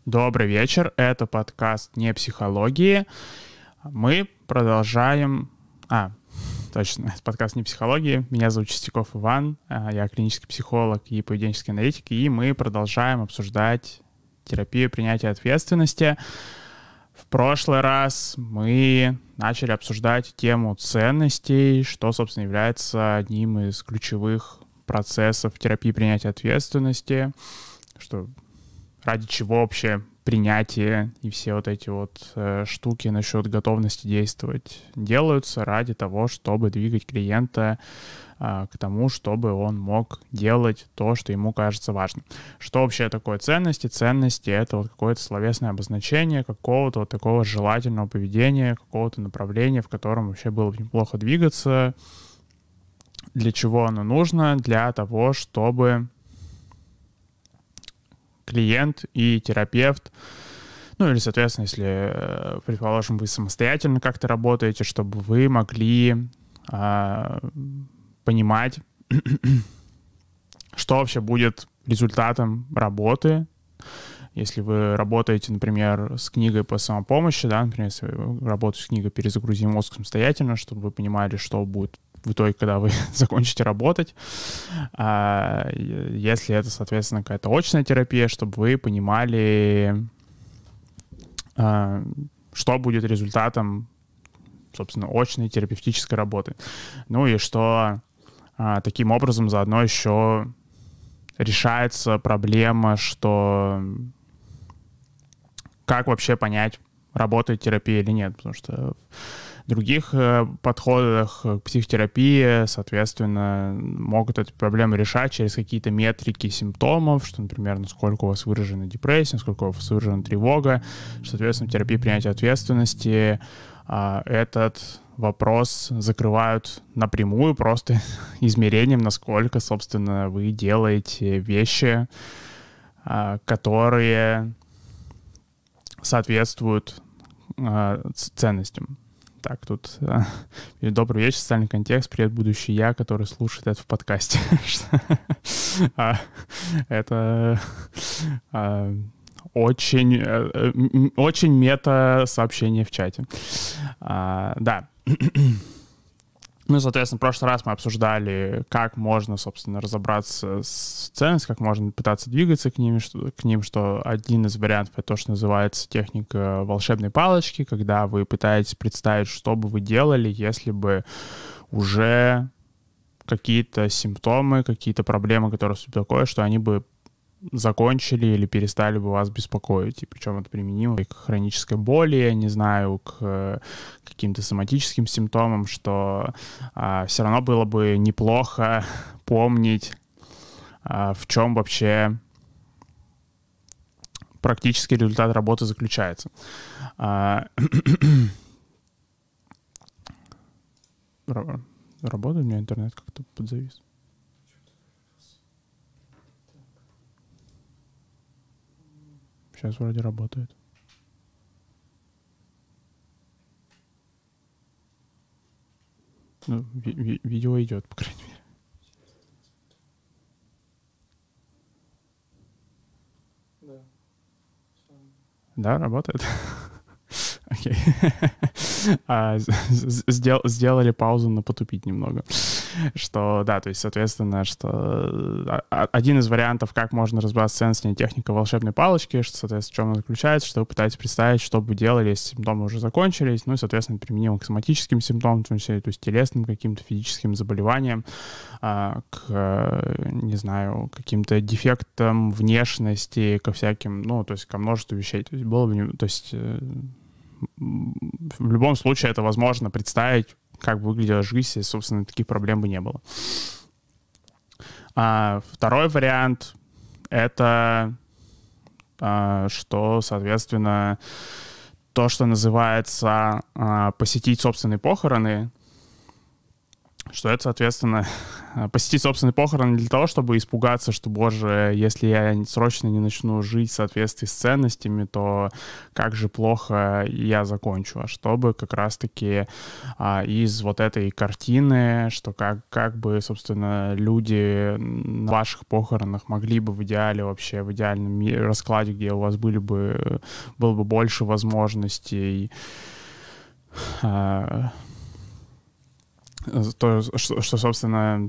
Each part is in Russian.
Добрый вечер, это подкаст «Не психологии». Мы продолжаем... Точно, это подкаст «Не психологии». Меня зовут Чистяков Иван, я клинический психолог и поведенческий аналитик, и мы продолжаем обсуждать терапию принятия ответственности. В прошлый раз мы начали обсуждать тему ценностей, что, собственно, является одним из ключевых процессов терапии принятия ответственности, что ради чего вообще принятие и все вот эти вот штуки насчет готовности действовать делаются ради того, чтобы двигать клиента к тому, чтобы он мог делать то, что ему кажется важным. Что вообще такое ценности? Ценности — это вот какое-то словесное обозначение какого-то вот такого желательного поведения, какого-то направления, в котором вообще было бы неплохо двигаться. Для чего оно нужно? Для того, чтобы клиент и терапевт, ну или, соответственно, если, предположим, вы самостоятельно как-то работаете, чтобы вы могли понимать, что вообще будет результатом работы. Если вы работаете, например, с книгой по самопомощи, да, например, если вы работаете с книгой «Перезагрузи мозг самостоятельно», чтобы вы понимали, что будет в итоге, когда вы закончите работать. Если это, соответственно, какая-то очная терапия, чтобы вы понимали, что будет результатом, собственно, очной терапевтической работы. Ну и что таким образом заодно еще решается проблема, что как вообще понять, работает терапия или нет, потому что в других подходах к психотерапии, соответственно, могут эту проблему решать через какие-то метрики симптомов, что, например, насколько у вас выражена депрессия, насколько у вас выражена тревога, что, соответственно, в терапии принятия ответственности этот вопрос закрывают напрямую просто измерением, насколько, собственно, вы делаете вещи, которые соответствуют ценностям. Так, тут добрый вечер, социальный контекст, привет, будущий я, который слушает это в подкасте. Это очень мета-сообщение в чате. Да. Ну, соответственно, в прошлый раз мы обсуждали, как можно, собственно, разобраться с ценностями, как можно пытаться двигаться к ним, что один из вариантов — это то, что называется техника волшебной палочки, когда вы пытаетесь представить, что бы вы делали, если бы уже какие-то симптомы, какие-то проблемы, которые такое, что они бы закончили или перестали бы вас беспокоить. И причем это применимо и к хронической боли, я не знаю, к каким-то соматическим симптомам, что все равно было бы неплохо помнить, в чем вообще практический результат работы заключается. Работает у меня интернет как-то подзавис. Сейчас вроде работает. Ну, видео идет, по крайней мере. Да, работает? Окей. Сделали паузу на потупить немного. Что, да, то есть, соответственно, что один из вариантов, как можно разбираться с ценностями, техника волшебной палочки, что, соответственно, в чем она заключается, что вы пытаетесь представить, что бы вы делали, если симптомы уже закончились, ну и, соответственно, применимо к соматическим симптомам, то есть телесным каким-то физическим заболеваниям, к, не знаю, каким-то дефектам внешности, ко всяким, ну, то есть ко множеству вещей. То есть было бы, то есть в любом случае это возможно представить, как бы выглядела жизнь, если, собственно, таких проблем бы не было. Второй вариант — это что, соответственно, то, что называется посетить собственные похороны, что это, соответственно, посетить собственные похороны для того, чтобы испугаться, что, боже, если я срочно не начну жить в соответствии с ценностями, то как же плохо я закончу. А чтобы как раз-таки из вот этой картины, что как бы, собственно, люди на ваших похоронах могли бы в идеале вообще, в идеальном раскладе, где у вас было бы больше возможностей, то, что собственно,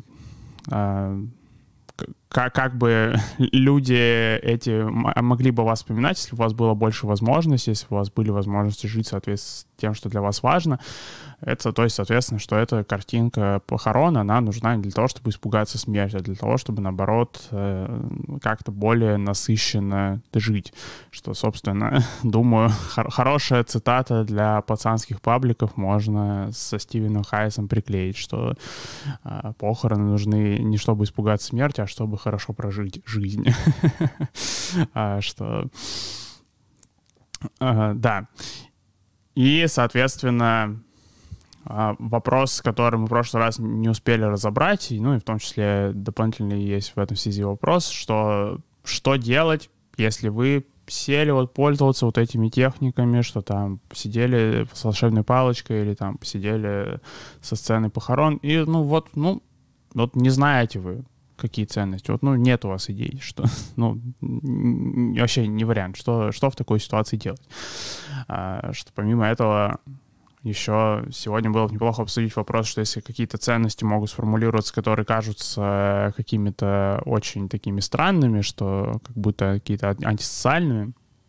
как бы люди эти могли бы вас вспоминать, если у вас было больше возможностей, если у вас были возможности жить в соответствии с тем, что для вас важно. Это, то есть, соответственно, что эта картинка похорон, она нужна не для того, чтобы испугаться смерти, а для того, чтобы, наоборот, как-то более насыщенно жить. Что, собственно, думаю, хорошая цитата для пацанских пабликов можно со Стивеном Хайесом приклеить, что похороны нужны не чтобы испугаться смерти, а чтобы хорошо прожить жизнь. Что... Да. И, соответственно, вопрос, который мы в прошлый раз не успели разобрать, ну и в том числе дополнительный есть в этом связи вопрос, что делать, если вы сели пользоваться вот этими техниками, что там посидели с волшебной палочкой или там посидели со сценой похорон, и вот не знаете вы, какие ценности. Нет у вас идей, что, вообще не вариант, что в такой ситуации делать. Что помимо этого еще сегодня было неплохо обсудить вопрос, что если какие-то ценности могут сформулироваться, которые кажутся какими-то очень такими странными, что как будто какие-то антисоциальными,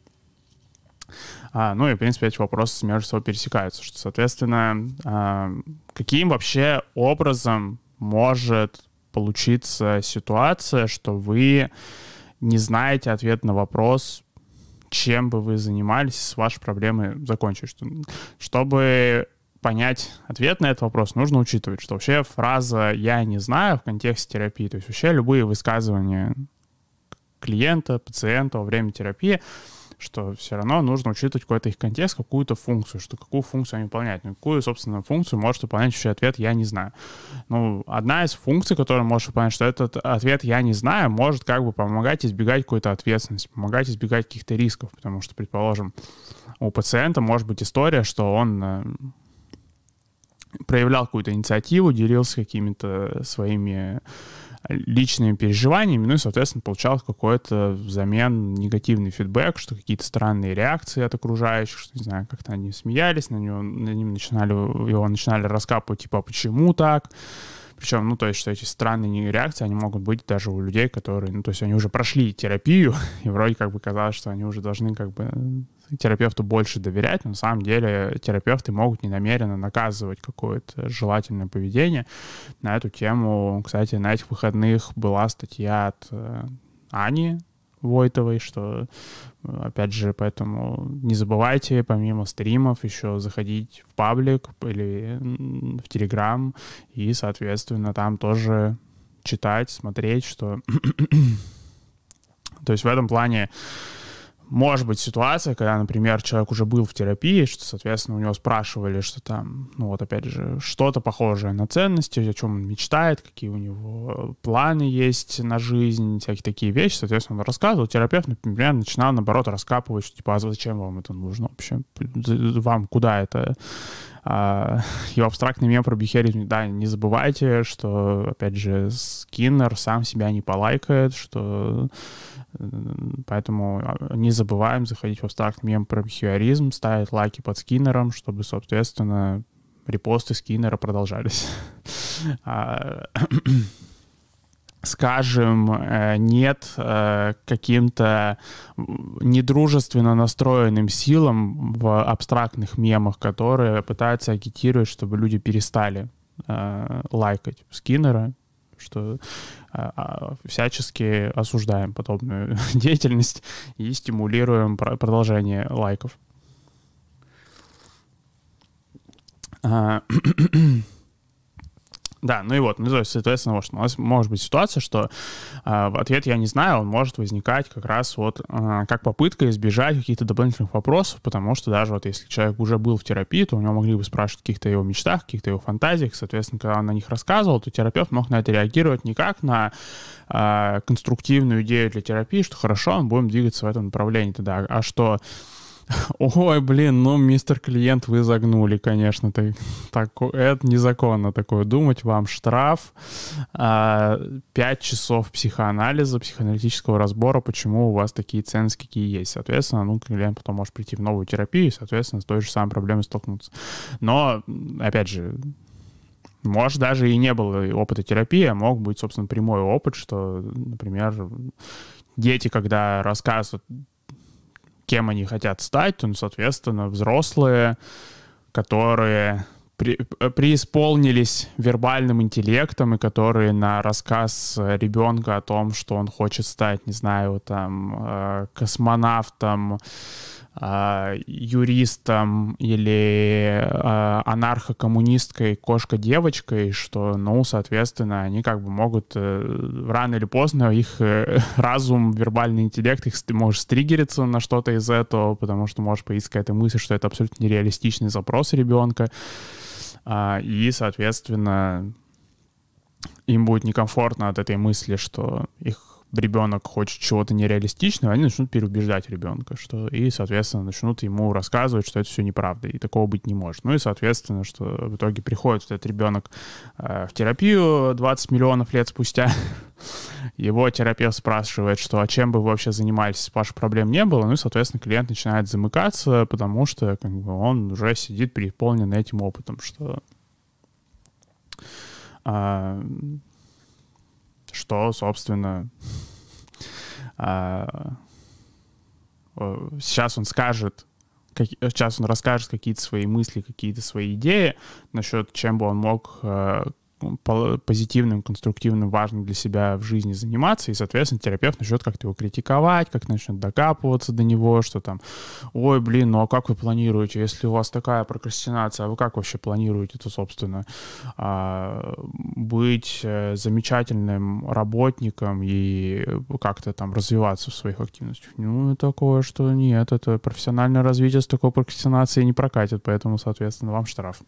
и, в принципе, эти вопросы между собой пересекаются, что, соответственно, каким вообще образом может получиться ситуация, что вы не знаете ответ на вопрос, чем бы вы занимались, с вашей проблемой закончились. Чтобы понять ответ на этот вопрос, нужно учитывать, что вообще фраза «я не знаю» в контексте терапии, то есть вообще любые высказывания клиента, пациента во время терапии, что все равно нужно учитывать какой-то их контекст, какую-то функцию, что какую функцию они выполняют. Какую, собственно, функцию может выполнять вообще ответ «я не знаю». Одна из функций, которую может выполнять, что этот ответ «я не знаю» может как бы помогать избегать какой-то ответственности, помогать избегать каких-то рисков, потому что, предположим, у пациента может быть история, что он проявлял какую-то инициативу, делился какими-то своими личными переживаниями, и, соответственно, получал какой-то взамен негативный фидбэк, что какие-то странные реакции от окружающих, что, не знаю, как-то они смеялись, его начинали раскапывать, типа, а почему так? Причем, то есть, что эти странные реакции, они могут быть даже у людей, которые, то есть, они уже прошли терапию, и вроде как бы казалось, что они уже должны как бы терапевту больше доверять, но на самом деле терапевты могут ненамеренно наказывать какое-то желательное поведение. На эту тему, кстати, на этих выходных была статья от Ани Войтовой, что, опять же, поэтому не забывайте, помимо стримов, еще заходить в паблик или в Телеграм и, соответственно, там тоже читать, смотреть, что... То есть в этом плане может быть ситуация, когда, например, человек уже был в терапии, что, соответственно, у него спрашивали, что там, опять же, что-то похожее на ценности, о чем он мечтает, какие у него планы есть на жизнь, всякие такие вещи. Соответственно, он рассказывал. Терапевт, например, начинал, наоборот, раскапывать, что, типа, а зачем вам это нужно вообще? Вам куда это? И абстрактный мем про бихевиоризм. Да, не забывайте, что, опять же, Скиннер сам себя не полайкает, что... Поэтому не забываем заходить в абстрактный мем про бихевиоризм, ставить лайки под Скиннером, чтобы, соответственно, репосты Скиннера продолжались. Скажем, нет каким-то недружественно настроенным силам в абстрактных мемах, которые пытаются агитировать, чтобы люди перестали лайкать Скиннера, что всячески осуждаем подобную деятельность и стимулируем продолжение лайков. Да, ну и вот, ну, то есть, соответственно, вот, у нас может быть ситуация, что в ответ «я не знаю», он может возникать как раз вот как попытка избежать каких-то дополнительных вопросов, потому что даже вот если человек уже был в терапии, то у него могли бы спрашивать о каких-то его мечтах, каких-то его фантазиях, соответственно, когда он на них рассказывал, то терапевт мог на это реагировать не как на конструктивную идею для терапии, что хорошо, мы будем двигаться в этом направлении тогда, а что... Ой, блин, ну, мистер клиент, вы загнули, конечно. Это незаконно такое думать. Вам штраф, 5 часов психоанализа, психоаналитического разбора, почему у вас такие ценности, какие есть. Соответственно, ну, клиент потом может прийти в новую терапию и, соответственно, с той же самой проблемой столкнуться. Но, опять же, может, даже и не было опыта терапии, а мог быть, собственно, прямой опыт, что, например, дети, когда рассказывают, кем они хотят стать, то, соответственно, взрослые, которые преисполнились вербальным интеллектом и которые на рассказ ребенка о том, что он хочет стать, не знаю, там, космонавтом, юристом или анархо-коммунисткой кошка-девочкой, что, ну, соответственно, они как бы могут рано или поздно, их разум, вербальный интеллект, их может стриггериться на что-то из этого, потому что может появиться какая-то мысль, что это абсолютно нереалистичный запрос ребенка, и, соответственно, им будет некомфортно от этой мысли, что их ребенок хочет чего-то нереалистичного, они начнут переубеждать ребенка, что и, соответственно, начнут ему рассказывать, что это все неправда, и такого быть не может. Ну и, соответственно, что в итоге приходит вот этот ребенок в терапию 20 миллионов лет спустя, его терапевт спрашивает, что а чем бы вы вообще занимались, ваших проблем не было, ну и, соответственно, клиент начинает замыкаться, потому что как бы, он уже сидит переполнен этим опытом, что, собственно, сейчас он расскажет какие-то свои мысли, какие-то свои идеи насчет, чем бы он мог позитивным, конструктивным, важным для себя в жизни заниматься, и, соответственно, терапевт начнет как-то его критиковать, как начнет докапываться до него, что там, ой, блин, ну а как вы планируете, если у вас такая прокрастинация, а вы как вообще планируете-то, собственно, быть замечательным работником и как-то там развиваться в своих активностях? Ну, такое, что нет, это профессиональное развитие с такой прокрастинацией не прокатит, поэтому, соответственно, вам штраф.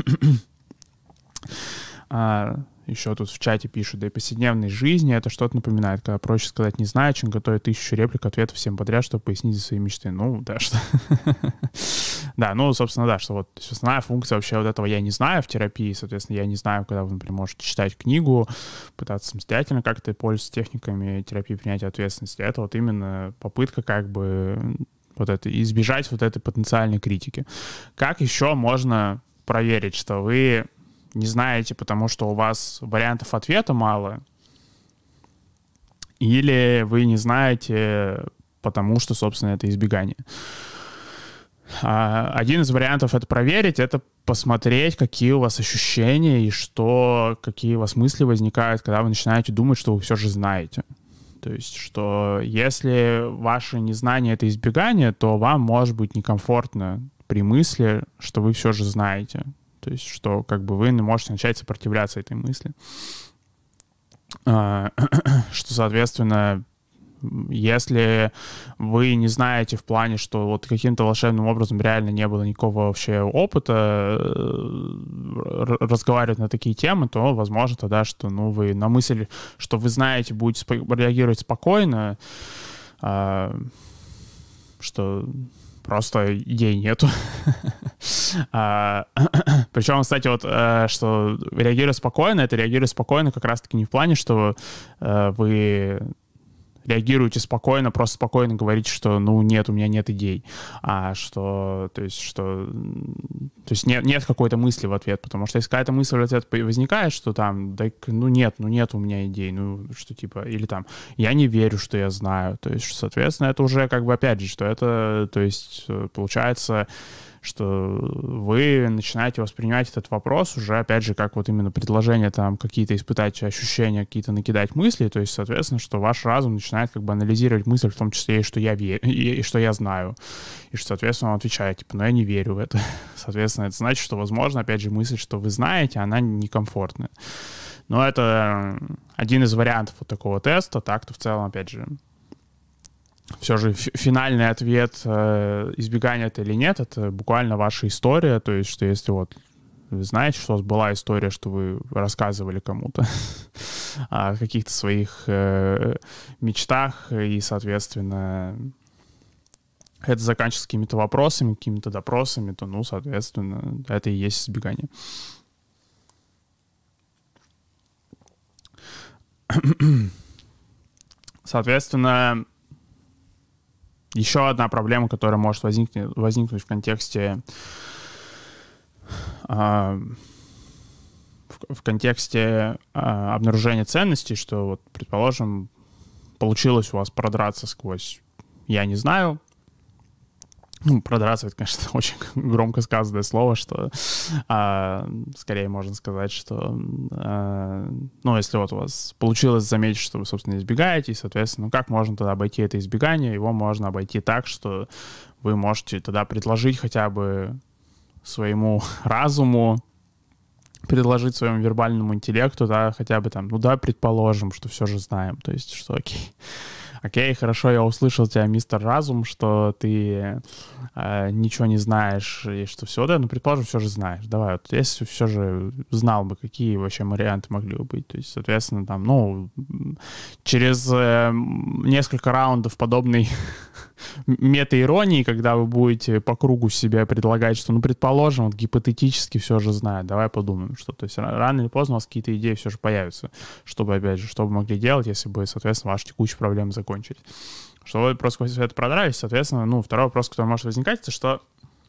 Еще тут в чате пишут, да и повседневной жизни это что-то напоминает, когда проще сказать не знаю, чем готовить 1000 реплик ответов всем подряд, чтобы пояснить за свои мечты. Ну, да, что... Да, ну, собственно, да, что вот основная функция вообще вот этого «я не знаю» в терапии, соответственно, я не знаю, когда вы, например, можете читать книгу, пытаться самостоятельно как-то пользоваться техниками терапии принятия ответственности. Это вот именно попытка как бы вот это, избежать вот этой потенциальной критики. Как еще можно проверить, что вы не знаете, потому что у вас вариантов ответа мало, или вы не знаете, потому что, собственно, это избегание? Один из вариантов это проверить, это посмотреть, какие у вас ощущения и какие у вас мысли возникают, когда вы начинаете думать, что вы все же знаете. То есть, что если ваше незнание — это избегание, то вам может быть некомфортно при мысли, что вы все же знаете. То есть, что как бы вы можете начать сопротивляться этой мысли. Что, соответственно, если вы не знаете в плане, что вот каким-то волшебным образом реально не было никакого вообще опыта разговаривать на такие темы, то, возможно, тогда, что ну, вы на мысль, что вы знаете, будете реагировать спокойно, что просто идей нету. Причем, кстати, вот, что реагируя спокойно, это реагируя спокойно как раз-таки не в плане, что вы реагируете спокойно, просто спокойно говорите, что, ну, нет, у меня нет идей, а что, то есть нет какой-то мысли в ответ, потому что если какая-то мысль в ответ возникает, что там, да, ну, нет у меня идей, ну, что типа, или там, я не верю, что я знаю, то есть, соответственно, это уже как бы, опять же, что это, то есть, получается, что вы начинаете воспринимать этот вопрос уже, опять же, как вот именно предложение там какие-то испытать ощущения, какие-то накидать мысли, то есть, соответственно, что ваш разум начинает как бы анализировать мысль, в том числе и что я верю, и что я знаю, и что, соответственно, он отвечает, типа, ну я не верю в это. Соответственно, это значит, что, возможно, опять же, мысль, что вы знаете, она некомфортная. Но это один из вариантов вот такого теста. Так-то в целом, опять же, все же финальный ответ, избегания это или нет, это буквально ваша история. То есть, что если вот вы знаете, что у вас была история, что вы рассказывали кому-то о каких-то своих мечтах, и, соответственно, это заканчивается какими-то вопросами, какими-то допросами, то, ну, соответственно, это и есть избегание. Соответственно, еще одна проблема, которая может возникнуть в контексте обнаружения ценностей, что, вот, предположим, получилось у вас продраться сквозь «я не знаю». Ну, продраться — это, конечно, очень громко сказанное слово, что скорее можно сказать, что, ну, если вот у вас получилось заметить, что вы, собственно, избегаете, и, соответственно, ну, как можно тогда обойти это избегание? Его можно обойти так, что вы можете тогда предложить хотя бы своему разуму, предложить своему вербальному интеллекту, да, хотя бы там, ну да, предположим, что все же знаем, то есть, что окей, хорошо, я услышал тебя, мистер Разум, что ты ничего не знаешь, и что все, да, ну, предположим, все же знаешь. Давай, вот если все же знал бы, какие вообще варианты могли бы быть. То есть, соответственно, там, ну, через несколько раундов подобной мета-иронии, когда вы будете по кругу себе предлагать, что, ну, предположим, вот гипотетически все же знает, давай подумаем, что, то есть, рано или поздно у вас какие-то идеи все же появятся, чтобы, опять же, что вы могли делать, если бы, соответственно, ваши текущие проблемы закончились. Что вы просто сквозь это продрались, соответственно, ну, второй вопрос, который может возникать, это что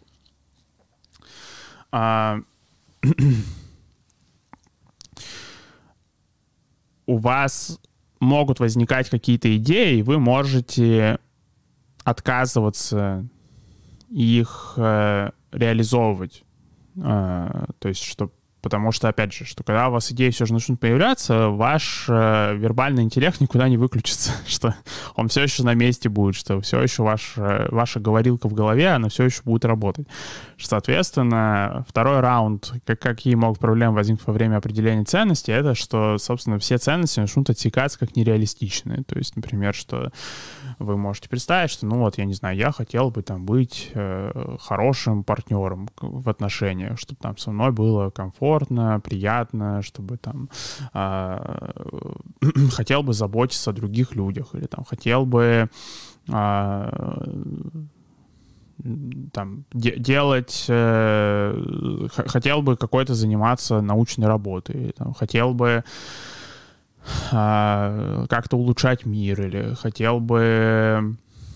у вас могут возникать какие-то идеи, и вы можете отказываться их реализовывать. То есть, что, потому что, опять же, что когда у вас идеи все же начнут появляться, ваш вербальный интеллект никуда не выключится, что он все еще на месте будет, что все еще ваша говорилка в голове, она все еще будет работать. Соответственно, второй раунд, какие могут проблемы возникнуть во время определения ценностей, это что, собственно, все ценности начнут отсекаться как нереалистичные. То есть, например, что вы можете представить, что, ну вот, я не знаю, я хотел бы там быть хорошим партнером в отношениях, чтобы там со мной было комфортно, приятно, чтобы там хотел бы заботиться о других людях, или там хотел бы там делать, хотел бы какой-то заниматься научной работой, там, хотел бы как-то улучшать мир, или хотел бы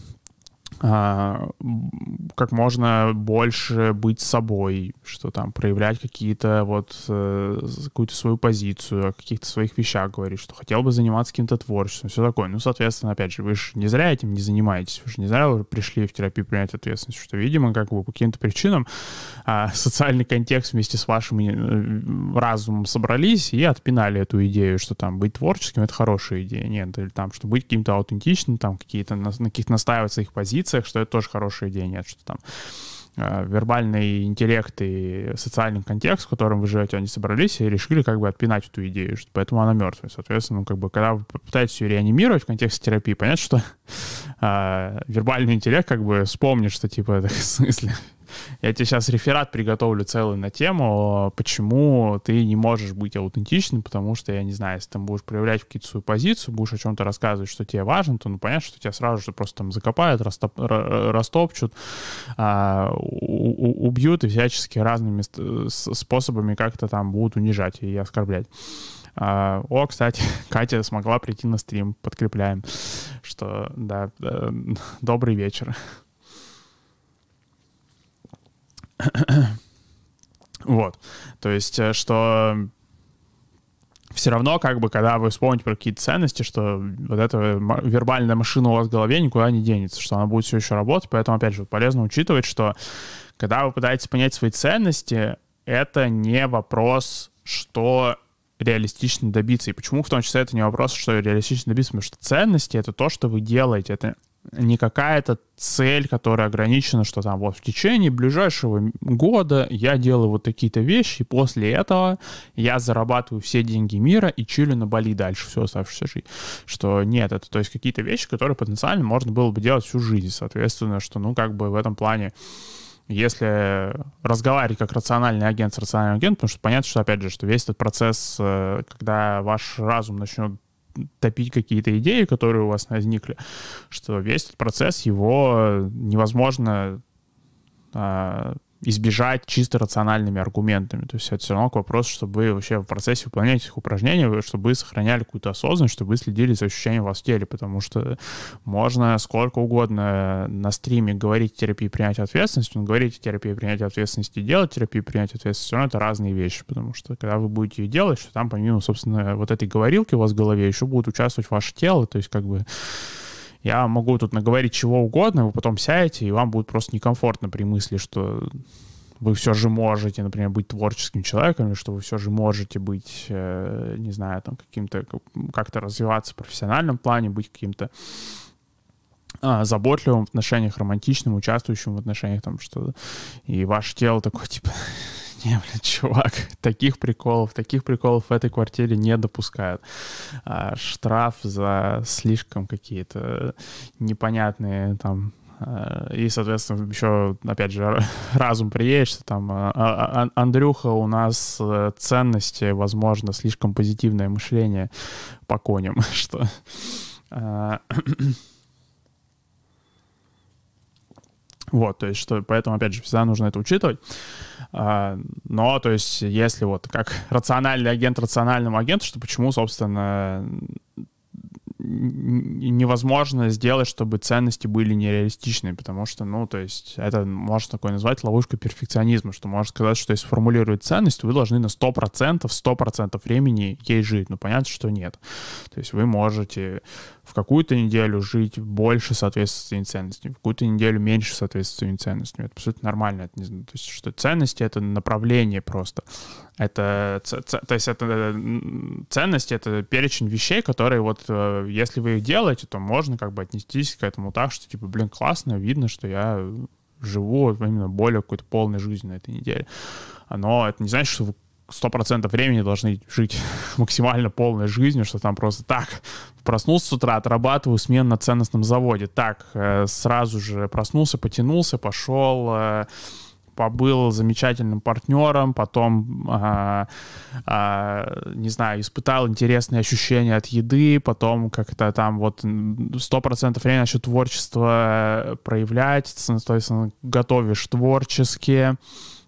как можно больше быть собой, что там проявлять какие-то вот какую-то свою позицию, о каких-то своих вещах говорить, что хотел бы заниматься каким-то творчеством, все такое. Ну, соответственно, опять же, вы же не зря этим не занимаетесь, вы же не зря пришли в терапию принять ответственность, что, видимо, как бы по каким-то причинам социальный контекст вместе с вашим разумом собрались и отпинали эту идею, что там быть творческим — это хорошая идея. Нет, или там, что быть каким-то аутентичным, там какие-то на каких-то настаивать своих позициях, что это тоже хорошая идея. Нет, что там вербальный интеллект и социальный контекст, в котором вы живете, они собрались и решили как бы отпинать эту идею, что поэтому она мертвая. Соответственно, ну, как бы, когда вы попытаетесь ее реанимировать в контексте терапии, понятно, что вербальный интеллект как бы вспомнит, что типа это в смысле я тебе сейчас реферат приготовлю целый на тему, почему ты не можешь быть аутентичным, потому что, я не знаю, если ты будешь проявлять какую-то свою позицию, будешь о чем-то рассказывать, что тебе важно, то, ну, понятно, что тебя сразу же просто там закопают, растопчут, убьют и всячески разными способами как-то там будут унижать и оскорблять. О, кстати, Катя смогла прийти на стрим, подкрепляем, что, да, добрый вечер. Вот, то есть, что все равно, как бы, когда вы вспомните про какие-то ценности, что вот эта вербальная машина у вас в голове никуда не денется, что она будет все еще работать, поэтому, опять же, полезно учитывать, что когда вы пытаетесь понять свои ценности, это не вопрос, что реалистично добиться. И почему в том числе это не вопрос, что реалистично добиться, потому что ценности — это то, что вы делаете, это не какая-то цель, которая ограничена, что там вот в течение ближайшего года я делаю вот такие-то вещи, и после этого я зарабатываю все деньги мира и чилю на Бали дальше всю оставшуюся жизнь. Что нет, это то есть какие-то вещи, которые потенциально можно было бы делать всю жизнь. Соответственно, что, ну, как бы в этом плане, если разговаривать как рациональный агент с рациональным агентом, потому что понятно, что, опять же, что весь этот процесс, когда ваш разум начнет топить какие-то идеи, которые у вас возникли, что весь этот процесс, его невозможно избежать чисто рациональными аргументами. То есть это все равно к вопросу, чтобы вы вообще в процессе выполнения этих упражнений, чтобы вы сохраняли какую-то осознанность, чтобы вы следили за ощущением у вас в теле, потому что можно сколько угодно на стриме говорить о терапии принятия ответственности, но говорить о терапии принятия ответственности и делать терапию принятия ответственности, все равно это разные вещи, потому что когда вы будете ее делать, что там помимо, собственно, вот этой говорилки у вас в голове еще будет участвовать ваше тело, то есть как бы я могу тут наговорить чего угодно, вы потом сядете, и вам будет просто некомфортно при мысли, что вы все же можете, например, быть творческим человеком, или что вы все же можете быть, не знаю, там, каким-то, как-то развиваться в профессиональном плане, быть каким-то заботливым в отношениях, романтичным, участвующим в отношениях, там, что... И ваше тело такое, типа... Не, блин, чувак, таких приколов в этой квартире не допускают. Штраф за слишком какие-то непонятные там... И, соответственно, еще, опять же, разум приедет, что там Андрюха, у нас ценности, возможно, слишком позитивное мышление по коням, что... Вот, то есть, что, поэтому, опять же, всегда нужно это учитывать. Но, то есть, если вот как рациональный агент рациональному агенту, что почему, собственно, невозможно сделать, чтобы ценности были нереалистичны, потому что, ну, то есть, это можно такое назвать ловушкой перфекционизма, что можно сказать, что если формулировать ценность, вы должны на 100% времени ей жить. Ну, понятно, что нет. То есть вы можете в какую-то неделю жить больше соответствует своим ценностям, в какую-то неделю меньше соответствует своим ценностям. Это абсолютно нормально. Это, не знаю, то есть, что ценности — это направление просто. Это, то есть это ценности — это перечень вещей, которые вот, если вы их делаете, то можно как бы отнестись к этому так, что типа, блин, классно, видно, что я живу именно более какой-то полной жизнью на этой неделе. Но это не значит, что вы 100% времени должны жить максимально полной жизнью, что там просто так, проснулся с утра, отрабатываю смену на ценностном заводе, так, сразу же проснулся, потянулся, пошел, побыл замечательным партнером, потом, не знаю, испытал интересные ощущения от еды, потом как-то там вот 100% времени насчет творчества проявлять, соответственно, готовишь творчески,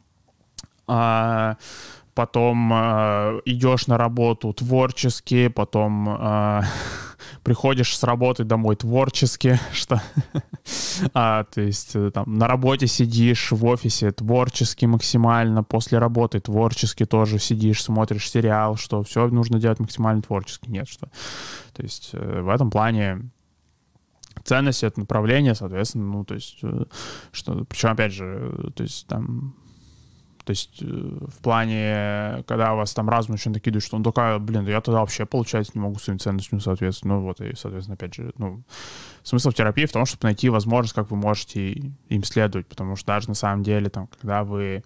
потом идешь на работу творчески, потом приходишь с работы домой творчески, что, то есть там на работе сидишь, в офисе творчески максимально, после работы творчески тоже сидишь, смотришь сериал, что все нужно делать максимально творчески, нет, что, то есть в этом плане ценность — это направление, соответственно, ну, то есть, что, причем, опять же, то есть там... То есть в плане, когда у вас там разум еще накидывает, что он такая, блин, да я тогда вообще, получается, не могу своим ценностям соответствовать. Ну вот, и, соответственно, опять же, ну, смысл в терапии в том, чтобы найти возможность, как вы можете им следовать, потому что даже на самом деле, там, когда вы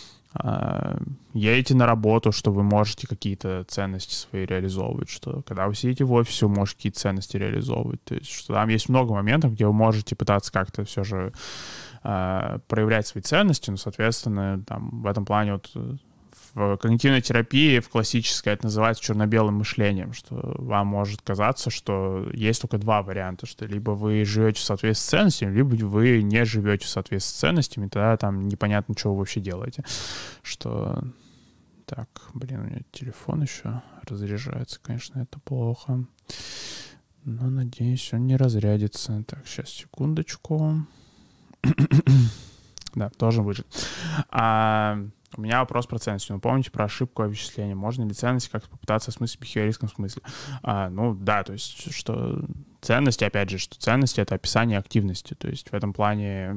едете на работу, что вы можете какие-то ценности свои реализовывать, что когда вы сидите в офисе, вы можете какие-то ценности реализовывать, то есть что там есть много моментов, где вы можете пытаться как-то все же проявлять свои ценности, но, соответственно, там, в этом плане вот в когнитивной терапии, в классической, это называется черно-белым мышлением, что вам может казаться, что есть только два варианта, что либо вы живете в соответствии с ценностями, либо вы не живете в соответствии с ценностями, тогда там непонятно, что вы вообще делаете. Что... Так, блин, у меня телефон еще разряжается, конечно, это плохо. Но, надеюсь, он не разрядится. Так, сейчас, секундочку. Да, должен выжить. У меня вопрос про ценности. Ну, помните про ошибку овеществления? Можно ли ценности как-то попытаться осмыслить в бихевиористском смысле? Ну, да, то есть, что ценности, опять же, что ценности — это описание активности. То есть в этом плане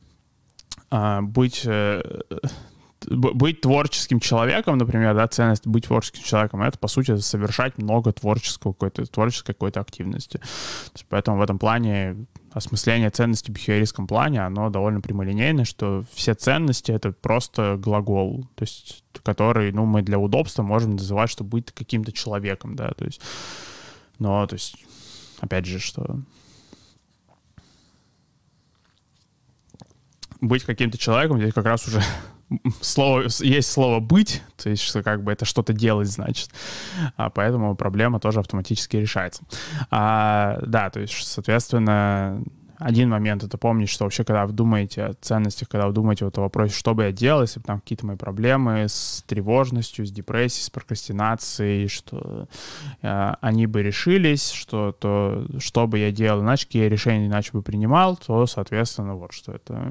быть творческим человеком, например, да, ценность быть творческим человеком, это, по сути, совершать много творческой какой-то активности. То есть, поэтому в этом плане осмысление ценностей в бихевиористском плане, оно довольно прямолинейное, что все ценности — это просто глагол, то есть, который, ну, мы для удобства можем называть, что быть каким-то человеком, да, то есть, но, то есть, опять же, что быть каким-то человеком, здесь как раз уже есть слово «быть», то есть что как бы это что-то делать, значит. Поэтому проблема тоже автоматически решается. Да, то есть, соответственно, один момент — это помнить, что вообще, когда вы думаете о ценностях, когда вы думаете вот о вопросе, что бы я делал, если бы там какие-то мои проблемы с тревожностью, с депрессией, с прокрастинацией, что они бы решились, что бы я делал иначе, какие решения иначе бы принимал, то, соответственно, вот что это...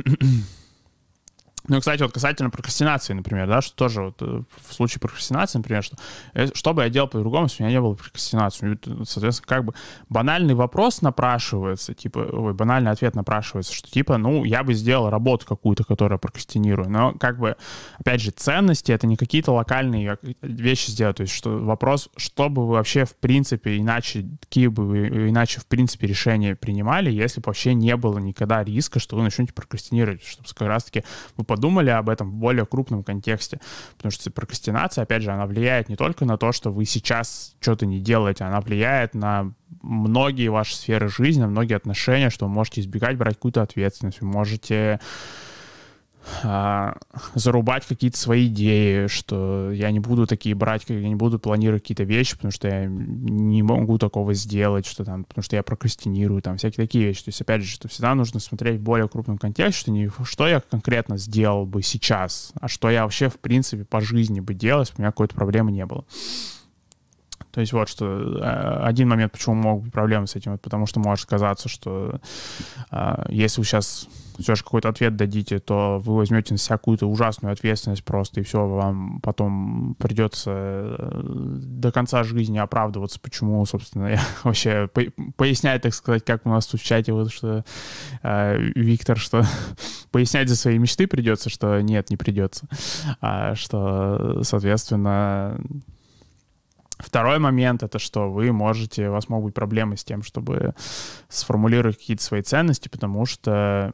Ну, и, кстати, вот касательно прокрастинации, например, да, что тоже вот в случае прокрастинации, например, что бы я делал по-другому, если у меня не было прокрастинации? Соответственно, как бы банальный вопрос напрашивается, типа, банальный ответ напрашивается, что типа, ну, я бы сделал работу какую-то, которую прокрастинирую, но как бы, опять же, ценности — это не какие-то локальные вещи сделать, то есть что вопрос, что бы вы вообще в принципе иначе, какие бы вы иначе в принципе решения принимали, если бы вообще не было никогда риска, что вы начнете прокрастинировать, чтобы как раз-таки вы подумали об этом в более крупном контексте. Потому что прокрастинация, опять же, она влияет не только на то, что вы сейчас что-то не делаете, она влияет на многие ваши сферы жизни, на многие отношения, что вы можете избегать брать какую-то ответственность, вы можете зарубать какие-то свои идеи, что я не буду такие брать, я не буду планировать какие-то вещи, потому что я не могу такого сделать, что там, потому что я прокрастинирую, там, всякие такие вещи. То есть, опять же, что всегда нужно смотреть в более крупном контексте, что не что я конкретно сделал бы сейчас, а что я вообще, в принципе, по жизни бы делал, если бы у меня какой-то проблемы не было. То есть вот что один момент, почему могут быть проблемы с этим, это потому что может казаться, что если вы сейчас все же какой-то ответ дадите, то вы возьмете на себя какую-то ужасную ответственность просто, и все, вам потом придется до конца жизни оправдываться, почему, собственно, я вообще пояснять, так сказать, как у нас тут в чате, вот что Виктор, что пояснять за свои мечты придется, что нет, не придется, что, соответственно... Второй момент — это что у вас могут быть проблемы с тем, чтобы сформулировать какие-то свои ценности, потому что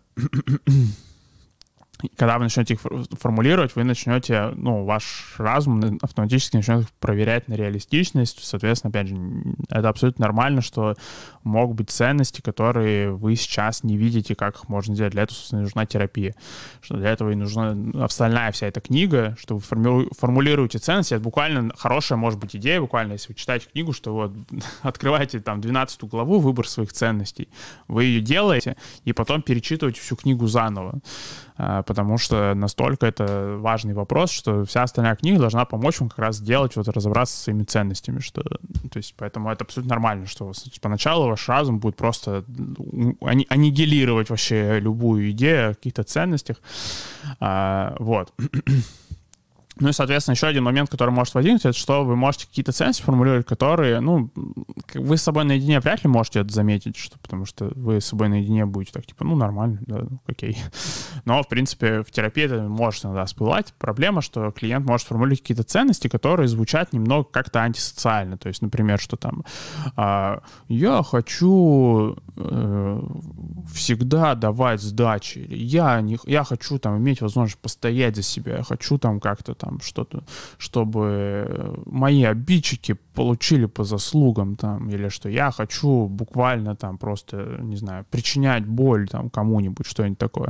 когда вы начнете их формулировать, вы начнете, ну, ваш разум автоматически начнет их проверять на реалистичность. Соответственно, опять же, это абсолютно нормально, что могут быть ценности, которые вы сейчас не видите, как их можно сделать. Для этого, собственно, нужна терапия. Что для этого и нужна остальная вся эта книга, что вы формулируете ценности. Это буквально хорошая, может быть, идея, буквально, если вы читаете книгу, что вот открываете там 12 главу «Выбор своих ценностей». Вы ее делаете, и потом перечитываете всю книгу заново. Потому что настолько это важный вопрос, что вся остальная книга должна помочь вам как раз сделать, вот разобраться со своими ценностями, что, то есть, поэтому это абсолютно нормально, что поначалу ваш разум будет просто аннигилировать вообще любую идею о каких-то ценностях, вот. Ну и, соответственно, еще один момент, который может возникнуть, это что вы можете какие-то ценности формулировать, которые, ну, вы с собой наедине вряд ли можете это заметить, потому что вы с собой наедине будете так, типа, ну, нормально, да, ну, окей. Но, в принципе, в терапии это может иногда всплывать. Проблема, что клиент может формулировать какие-то ценности, которые звучат немного как-то антисоциально. То есть, например, что там, я хочу всегда давать сдачи, или я хочу там иметь возможность постоять за себя, я хочу там как-то там что-то, чтобы мои обидчики получили по заслугам там, или что я хочу буквально там просто, не знаю, причинять боль там кому-нибудь, что-нибудь такое.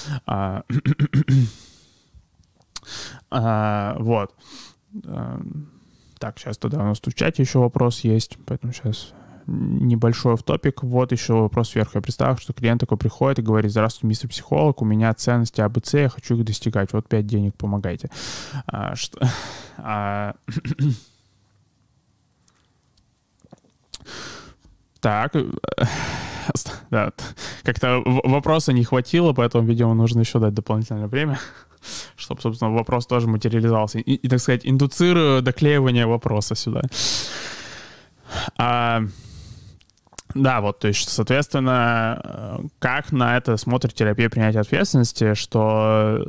Вот. Так, сейчас тогда у нас тут в чате еще вопрос есть, поэтому сейчас небольшой офф-топик. Вот еще вопрос сверху. Я представил, что клиент такой приходит и говорит: здравствуйте, мистер психолог, у меня ценности АБЦ, я хочу их достигать. Вот 5 денег, помогайте. Так, Да, как-то вопроса не хватило, поэтому, видимо, нужно еще дать дополнительное время, чтобы, собственно, вопрос тоже материализовался. И, так сказать, индуцирую доклеивание вопроса сюда. Да, вот, то есть, соответственно, как на это смотрит терапия принятия ответственности, что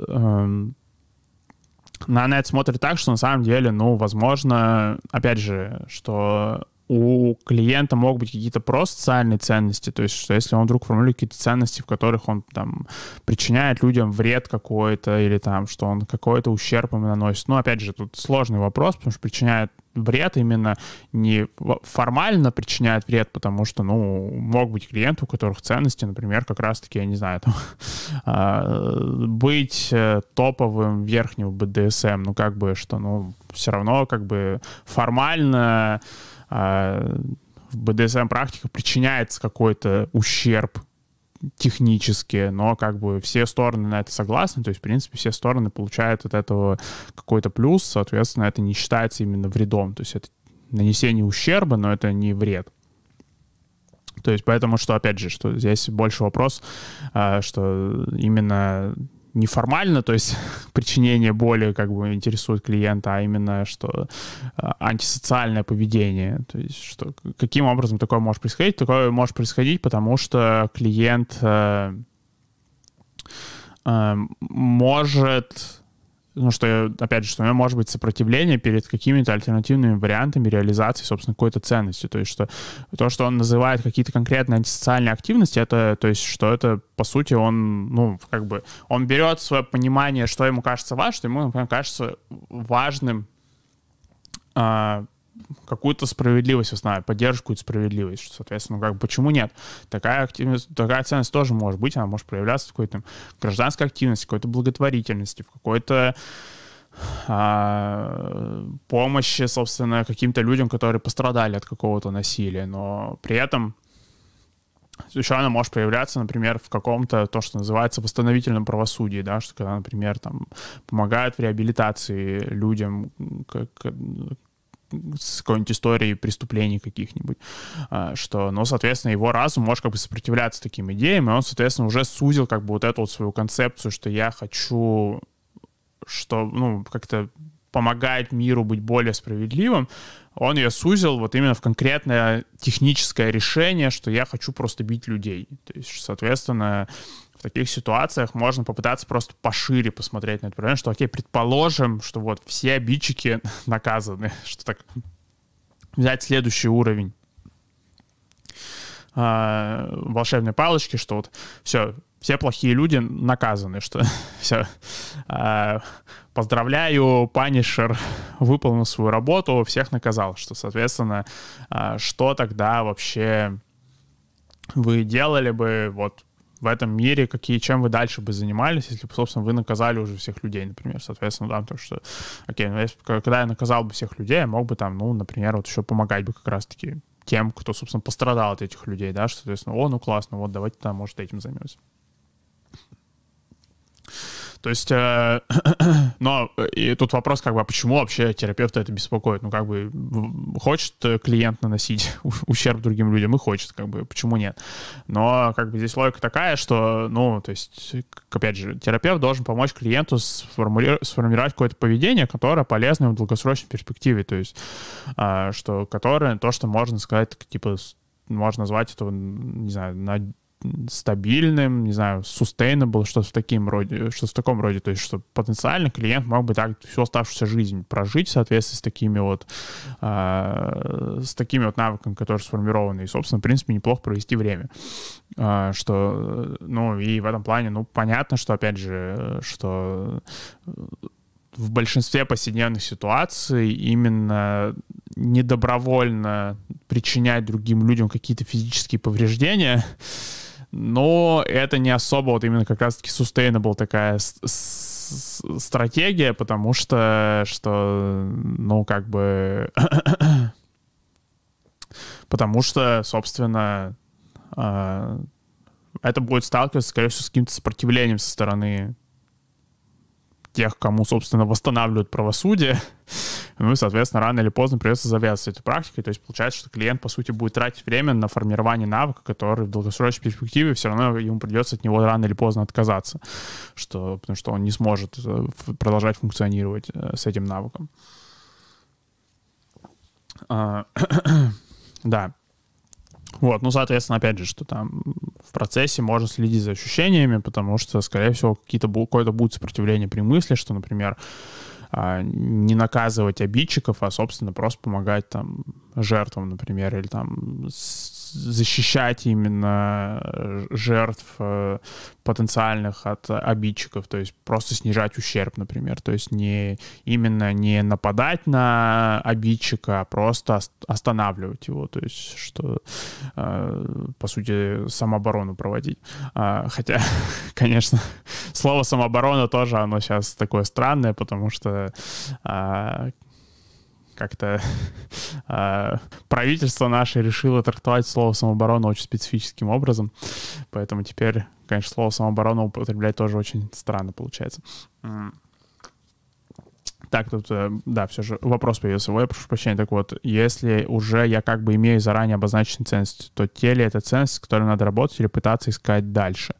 на это смотрит так, что на самом деле, ну, возможно, опять же, что у клиента могут быть какие-то просоциальные ценности, то есть что если он вдруг формулирует какие-то ценности, в которых он там причиняет людям вред какой-то или там, что он какой-то ущерб им наносит. Ну, опять же, тут сложный вопрос, потому что причиняет вред именно не формально причиняет вред, потому что, ну, могут быть клиенты, у которых ценности, например, как раз-таки, я не знаю, там, быть топовым верхним в БДСМ, ну, как бы, что, ну, все равно, как бы, формально в БДСМ-практике причиняется какой-то ущерб технически, но как бы все стороны на это согласны, то есть, в принципе, все стороны получают от этого какой-то плюс, соответственно, это не считается именно вредом, то есть это нанесение ущерба, но это не вред. То есть поэтому, что, опять же, что здесь больше вопрос, что именно неформально, то есть причинение боли как бы интересует клиента, а именно что антисоциальное поведение. То есть что, каким образом такое может происходить? Такое может происходить, потому что клиент может... Ну, что, опять же, что у него может быть сопротивление перед какими-то альтернативными вариантами реализации, собственно, какой-то ценности. То есть, что то, что он называет какие-то конкретные антисоциальные активности, это, то есть, что это, по сути, он, ну, как бы, он берет свое понимание, что ему кажется важным, что ему, например, кажется важным какую-то справедливость устанавливать, поддерживать какую-то справедливость, что, соответственно, ну, как бы, почему нет? Такая активность, такая ценность тоже может быть, она может проявляться в какой-то гражданской активности, в какой-то благотворительности, в какой-то помощи, собственно, каким-то людям, которые пострадали от какого-то насилия, но при этом еще она может проявляться, например, в каком-то, то, что называется, восстановительном правосудии, да, что когда, например, там, помогают в реабилитации людям, с какой-нибудь историей преступлений каких-нибудь, что, ну, соответственно, его разум может как бы сопротивляться таким идеям, и он, соответственно, уже сузил как бы вот эту вот свою концепцию, что я хочу, что, ну, как-то помогает миру быть более справедливым, он ее сузил вот именно в конкретное техническое решение, что я хочу просто бить людей. То есть, соответственно, в таких ситуациях можно попытаться просто пошире посмотреть на это проблему, что, окей, предположим, что вот все обидчики наказаны, что так взять следующий уровень волшебной палочки, что вот все плохие люди наказаны, что все, поздравляю, Панишер выполнил свою работу, всех наказал, что, соответственно, что тогда вообще вы делали бы вот в этом мире, чем вы дальше бы занимались, если бы, собственно, вы наказали уже всех людей, например, соответственно, да, потому что, окей, ну, когда я наказал бы всех людей, я мог бы там, ну, например, вот еще помогать бы как раз-таки тем, кто, собственно, пострадал от этих людей, да, что, соответственно, ну, классно, вот, давайте там, может, этим займемся. То есть, но и тут вопрос, как бы, а почему вообще терапевта это беспокоит? Ну, как бы, хочет клиент наносить ущерб другим людям, и хочет, как бы, почему нет? Но, как бы, здесь логика такая, что, ну, то есть, опять же, терапевт должен помочь клиенту сформировать какое-то поведение, которое полезно в долгосрочной перспективе, то есть, что, которое, то, что можно сказать, типа, можно назвать это, не знаю, стабильным, не знаю, sustainable, что-то в таком роде, то есть, что потенциально клиент мог бы так всю оставшуюся жизнь прожить в соответствии с такими вот навыками, которые сформированы, и, собственно, в принципе, неплохо провести время. Что, ну, и в этом плане, ну, понятно, что, опять же, что в большинстве повседневных ситуаций именно недобровольно причинять другим людям какие-то физические повреждения, но это не особо вот именно как раз-таки sustainable такая стратегия, потому что, ну, как бы... потому что, собственно, это будет сталкиваться, скорее всего, с каким-то сопротивлением со стороны тех, кому, собственно, восстанавливают правосудие, Ну и, соответственно, рано или поздно придется завязываться с этой практикой. То есть получается, что клиент, по сути, будет тратить время на формирование навыка, который в долгосрочной перспективе все равно ему придется от него рано или поздно отказаться, потому что он не сможет продолжать функционировать с этим навыком. Да. Вот, ну, соответственно, опять же, что там в процессе можно следить за ощущениями, потому что, скорее всего, какое-то будет сопротивление при мысли, что, например, не наказывать обидчиков, а, собственно, просто помогать там жертвам, например, или там защищать именно жертв потенциальных от обидчиков, то есть просто снижать ущерб, например, то есть не нападать на обидчика, а просто останавливать его, то есть что, по сути, самооборону проводить. Хотя, конечно, слово «самооборона» тоже, оно сейчас такое странное, потому что как-то правительство наше решило трактовать слово «самооборона» очень специфическим образом, поэтому теперь, конечно, слово «самооборона» употреблять тоже очень странно получается. Так, тут, да, все же вопрос появился. Я прошу прощения. Так вот, если уже я как бы имею заранее обозначенные ценности, то те ли это ценности, с которыми надо работать или пытаться искать дальше?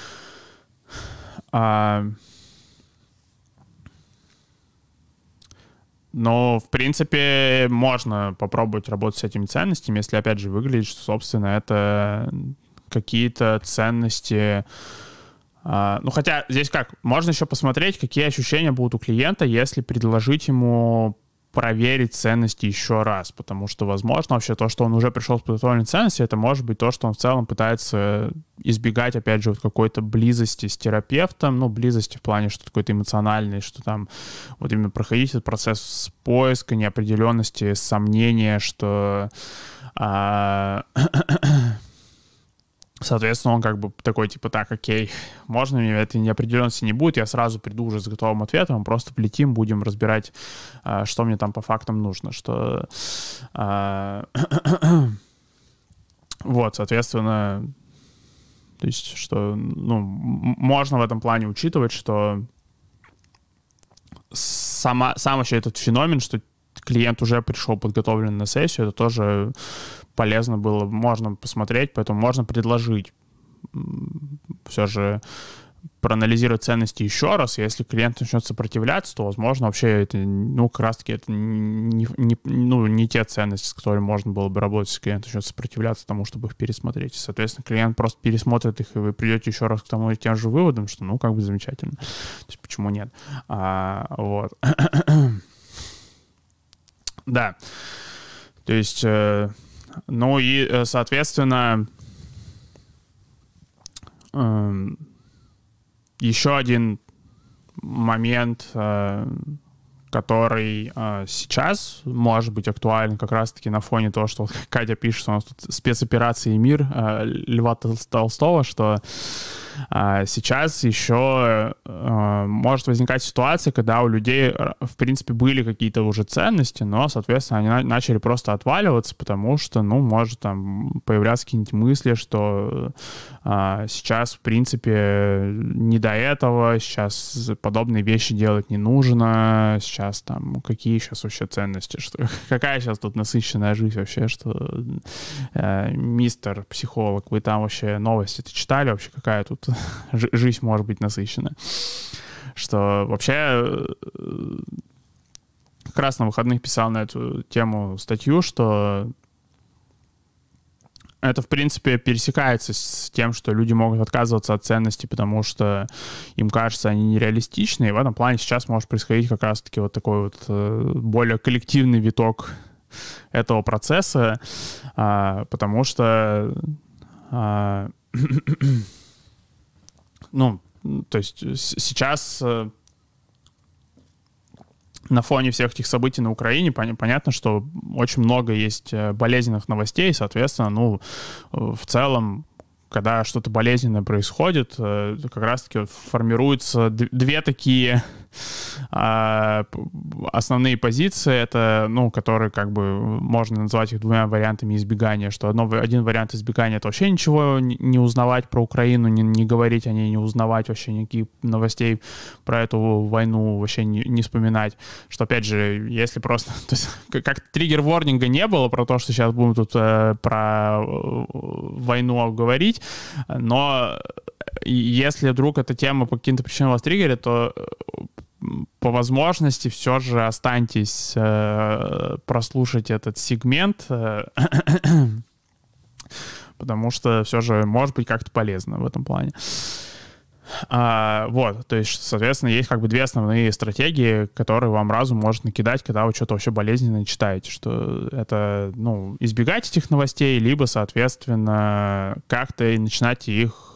Но, в принципе, можно попробовать работать с этими ценностями, если, опять же, выглядит, что, собственно, это какие-то ценности. Ну, хотя здесь как? Можно еще посмотреть, какие ощущения будут у клиента, если предложить ему проверить ценности еще раз, потому что, возможно, вообще то, что он уже пришел с подготовленной ценностью, это может быть то, что он в целом пытается избегать, опять же, вот какой-то близости с терапевтом, ну, близости в плане, что какой-то эмоциональный, что там вот именно проходить этот процесс поиска, неопределенности, сомнения, что соответственно, он как бы такой, типа, так, окей, можно, мне этой неопределенности не будет, я сразу приду уже с готовым ответом, просто полетим, будем разбирать, что мне там по фактам нужно, что... Вот, соответственно, то есть, что, ну, можно в этом плане учитывать, что сам вообще этот феномен, что клиент уже пришел подготовлен на сессию, это тоже полезно было, можно посмотреть, поэтому можно предложить все же проанализировать ценности еще раз. Если клиент начнет сопротивляться, то, возможно, вообще это, ну, как раз-таки это не те ценности, с которыми можно было бы работать, если клиент начнет сопротивляться тому, чтобы их пересмотреть. Соответственно, клиент просто пересмотрит их, и вы придете еще раз к тому и тем же выводам, что, ну, как бы замечательно. То есть почему нет? Вот. Да. То есть, ну и, соответственно, еще один момент, который сейчас может быть актуален как раз-таки на фоне того, что Катя пишет, что у нас тут спецоперации «Мир» Льва Толстого, что сейчас еще может возникать ситуация, когда у людей, в принципе, были какие-то уже ценности, но, соответственно, они начали просто отваливаться, потому что, ну, может там появляться какие-нибудь мысли, что сейчас, в принципе, не до этого, сейчас подобные вещи делать не нужно, сейчас там, какие сейчас вообще ценности, что, какая сейчас тут насыщенная жизнь вообще, что мистер психолог, вы там вообще новости-то читали вообще, какая тут жизнь может быть насыщенная. Что вообще как раз на выходных писал на эту тему статью, что это, в принципе, пересекается с тем, что люди могут отказываться от ценностей, потому что им кажется, они нереалистичны, и в этом плане сейчас может происходить как раз-таки вот такой вот более коллективный виток этого процесса, потому что ну, то есть сейчас на фоне всех этих событий на Украине понятно, что очень много есть болезненных новостей, соответственно, ну, в целом, когда что-то болезненное происходит, как раз-таки формируются две такие основные позиции, это, ну, которые как бы можно назвать их двумя вариантами избегания, что один вариант избегания — это вообще ничего не узнавать про Украину, не говорить о ней, не узнавать вообще никаких новостей про эту войну, вообще не вспоминать, что, опять же, если просто... То есть, как триггер-ворнинга не было про то, что сейчас будем тут про войну говорить, но если вдруг эта тема по каким-то причинам вас триггерит, то по возможности все же останьтесь прослушать этот сегмент, потому что все же может быть как-то полезно в этом плане. Вот, то есть, соответственно, есть как бы две основные стратегии, которые вам разум может накидать, когда вы что-то вообще болезненно читаете, что это, ну, избегать этих новостей, либо, соответственно, как-то начинать их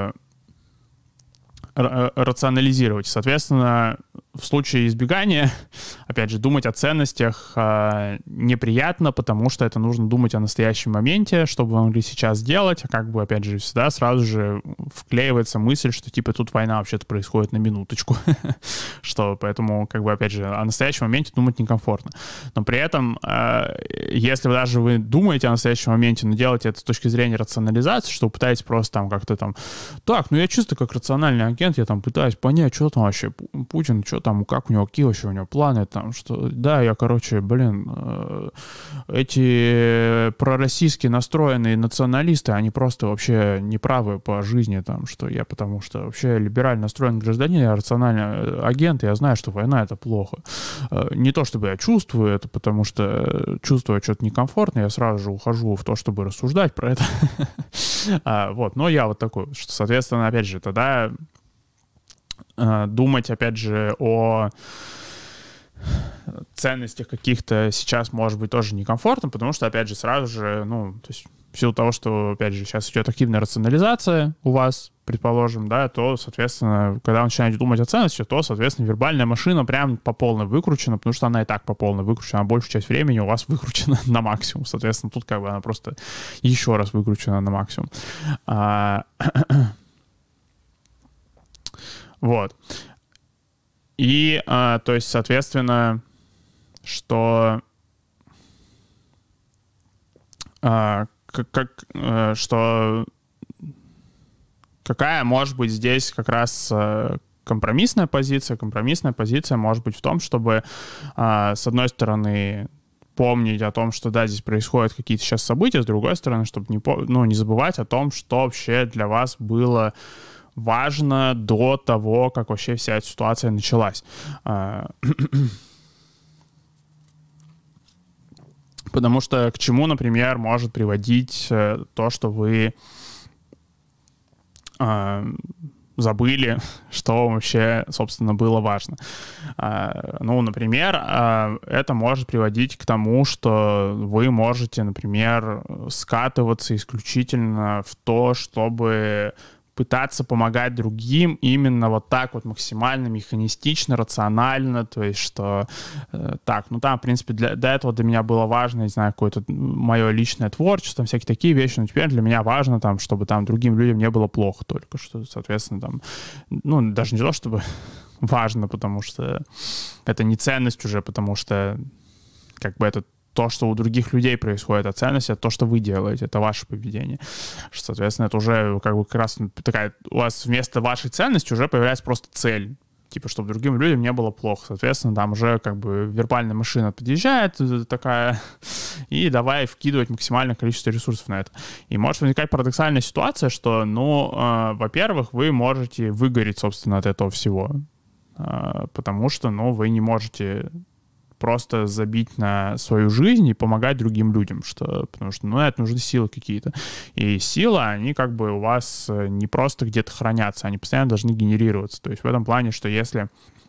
рационализировать. Соответственно, в случае избегания, опять же, думать о ценностях неприятно, потому что это нужно думать о настоящем моменте, что вы могли сейчас сделать, а как бы, опять же, всегда сразу же вклеивается мысль, что, типа, тут война вообще-то происходит на минуточку, что поэтому, как бы, опять же, о настоящем моменте думать некомфортно. Но при этом, если даже вы думаете о настоящем моменте, но делаете это с точки зрения рационализации, что вы пытаетесь просто там как-то там, так, ну я чисто как рациональный агент, я там пытаюсь понять, что там вообще Путин, что там, как у него, какие вообще у него планы, там, что, да, я, короче, эти пророссийски настроенные националисты, они просто вообще неправы по жизни, там, что я, потому что вообще либерально настроен гражданин, я рациональный агент, и я знаю, что война — это плохо. Не то, чтобы я чувствую это, потому что чувствую что-то некомфортно, я сразу же ухожу в то, чтобы рассуждать про это. Вот, но я вот такой, что, соответственно, опять же, тогда думать, опять же, о ценностях каких-то сейчас может быть тоже некомфортно, потому что, опять же, сразу же, ну, то есть в силу того, что, опять же, сейчас идет активная рационализация у вас, предположим, да, то, соответственно, когда вы начинаете думать о ценностях, то, соответственно, вербальная машина прям по полной выкручена, потому что она и так по полной выкручена, а большую часть времени у вас выкручена на максимум. Соответственно, тут как бы она просто еще раз выкручена на максимум. Вот. И, то есть, соответственно, что какая может быть здесь как раз компромиссная позиция? Компромиссная позиция может быть в том, чтобы, с одной стороны, помнить о том, что, да, здесь происходят какие-то сейчас события, с другой стороны, чтобы не забывать о том, что вообще для вас было важно до того, как вообще вся эта ситуация началась. Потому что к чему, например, может приводить то, что вы забыли, что вообще, собственно, было важно. Ну, например, это может приводить к тому, что вы можете, например, скатываться исключительно в то, чтобы пытаться помогать другим именно вот так вот максимально механистично, рационально, то есть что так, ну там, в принципе, до этого для меня было важно, не знаю, какое-то мое личное творчество, там всякие такие вещи, но теперь для меня важно там, чтобы там другим людям не было плохо только, что, соответственно, там, ну, даже не то, чтобы важно, потому что это не ценность уже, потому что как бы это то, что у других людей происходит, а ценность — это то, что вы делаете, это ваше поведение. Соответственно, это уже как бы как раз такая, у вас вместо вашей ценности уже появляется просто цель, типа, чтобы другим людям не было плохо. Соответственно, там уже как бы вербальная машина подъезжает такая, и давай вкидывать максимальное количество ресурсов на это. И может возникать парадоксальная ситуация, что, ну, во-первых, вы можете выгореть, собственно, от этого всего, потому что, ну, вы не можете просто забить на свою жизнь и помогать другим людям, потому что, ну, это нужны силы какие-то. И силы, они как бы у вас не просто где-то хранятся, они постоянно должны генерироваться. То есть в этом плане, что если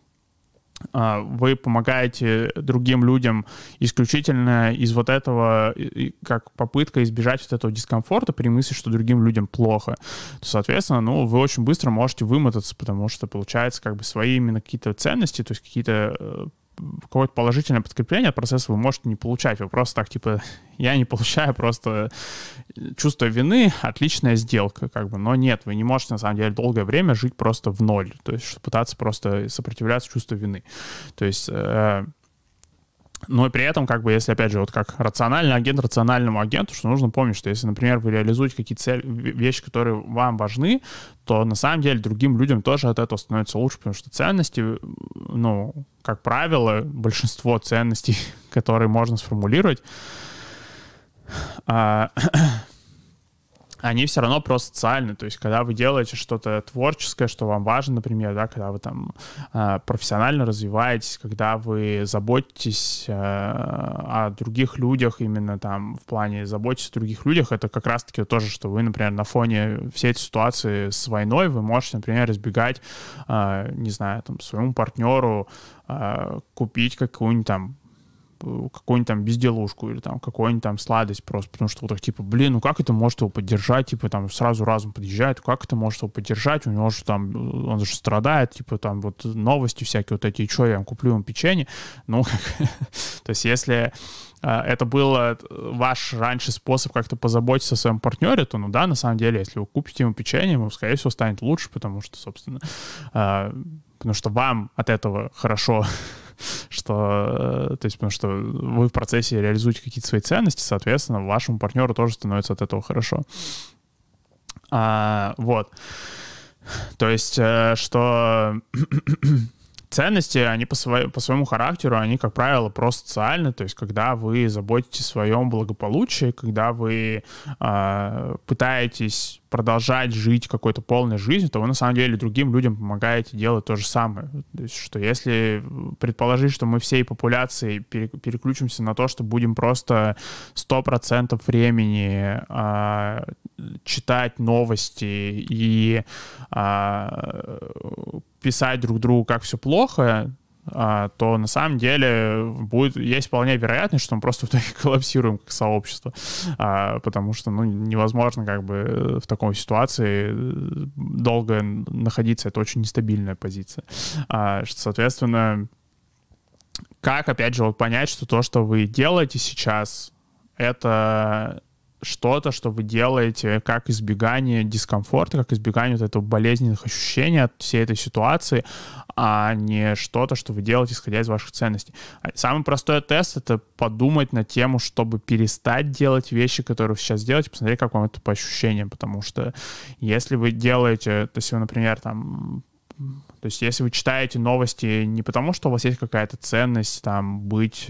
вы помогаете другим людям исключительно из вот этого, как попытка избежать вот этого дискомфорта при мысли, что другим людям плохо, то, соответственно, ну, вы очень быстро можете вымотаться, потому что, получается, как бы свои именно какие-то ценности, то есть какие-то какое-то положительное подкрепление от процесса вы можете не получать. Вы просто так, типа, я не получаю просто чувство вины, отличная сделка, как бы. Но нет, вы не можете, на самом деле, долгое время жить просто в ноль. То есть пытаться просто сопротивляться чувству вины. То есть... Но и при этом, как бы, если, опять же, вот как рациональный агент рациональному агенту, что нужно помнить, что если, например, вы реализуете какие-то вещи, которые вам важны, то на самом деле другим людям тоже от этого становится лучше, потому что ценности, ну, как правило, большинство ценностей, которые можно сформулировать, они все равно просоциальны. То есть, когда вы делаете что-то творческое, что вам важно, например, да, когда вы там профессионально развиваетесь, когда вы заботитесь о других людях, именно там в плане заботиться о других людях, это как раз-таки тоже, что вы, например, на фоне всей этой ситуации с войной, вы можете, например, избегать, не знаю, там, своему партнеру купить какую-нибудь там безделушку или там какую-нибудь там сладость просто, потому что вот так типа, блин, ну как это может его поддержать, типа там сразу разум подъезжает, как это может его поддержать, у него же там, он же страдает, типа там вот новости всякие вот эти, и что, я вам куплю ему печенье, ну, то есть если это был ваш раньше способ как-то позаботиться о своем партнере, то, ну да, на самом деле, если вы купите ему печенье, ему, скорее всего, станет лучше, потому что, собственно, потому что вам от этого хорошо, что, то есть, потому что вы в процессе реализуете какие-то свои ценности, соответственно, вашему партнеру тоже становится от этого хорошо. Вот. То есть, что ценности, они по своему характеру, они, как правило, просоциальны, то есть когда вы заботитесь о своем благополучии, когда вы пытаетесь продолжать жить какой-то полной жизнью, то вы на самом деле другим людям помогаете делать то же самое. То есть, что если предположить, что мы всей популяцией переключимся на то, что будем просто 100% времени читать новости и писать друг другу, как все плохо, то на самом деле есть вполне вероятность, что мы просто в итоге коллапсируем как сообщество, потому что невозможно как бы в такой ситуации долго находиться, это очень нестабильная позиция. Соответственно, как, опять же, вот понять, что то, что вы делаете сейчас, это что-то, что вы делаете как избегание дискомфорта, как избегание вот этого болезненных ощущений от всей этой ситуации, а не что-то, что вы делаете, исходя из ваших ценностей. Самый простой тест — это подумать на тему, чтобы перестать делать вещи, которые вы сейчас делаете, посмотреть, как вам это по ощущениям, потому что если вы делаете, то есть вы, например, там... То есть если вы читаете новости не потому, что у вас есть какая-то ценность, там, быть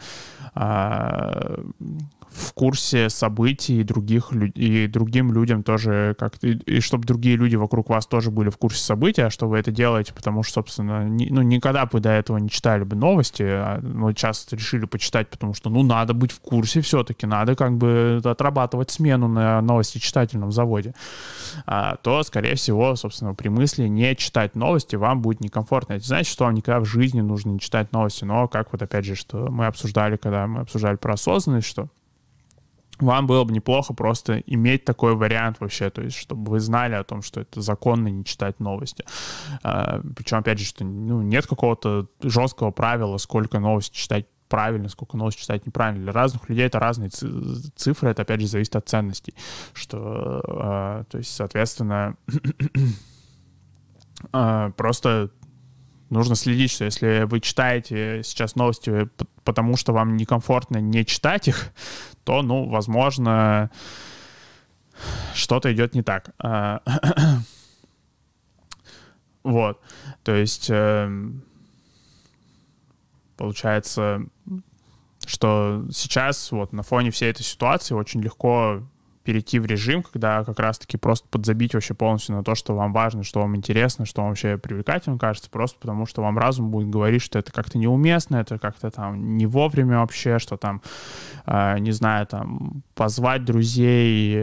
в курсе событий и другим людям тоже как-то, и чтобы другие люди вокруг вас тоже были в курсе событий, а что вы это делаете, потому что, собственно, никогда бы до этого не читали бы новости, но часто решили почитать, потому что, надо быть в курсе все-таки, надо как бы отрабатывать смену на новостечитательном заводе, то, скорее всего, собственно, при мысли не читать новости вам будет некомфортно. Это значит, что вам никогда в жизни нужно не читать новости, но как вот опять же, что мы обсуждали, когда мы обсуждали про осознанность, что вам было бы неплохо просто иметь такой вариант вообще, то есть чтобы вы знали о том, что это законно не читать новости. Причем, опять же, что нет какого-то жесткого правила, сколько новостей читать правильно, сколько новостей читать неправильно. Для разных людей это разные цифры, это, опять же, зависит от ценностей. То есть, соответственно, просто нужно следить, что если вы читаете сейчас новости, потому что вам некомфортно не читать их, то, возможно, что-то идет не так. Вот. То есть получается, что сейчас вот на фоне всей этой ситуации очень легко перейти в режим, когда как раз-таки просто подзабить вообще полностью на то, что вам важно, что вам интересно, что вам вообще привлекательно кажется, просто потому что вам разум будет говорить, что это как-то неуместно, это как-то там не вовремя вообще, что там, не знаю, там позвать друзей,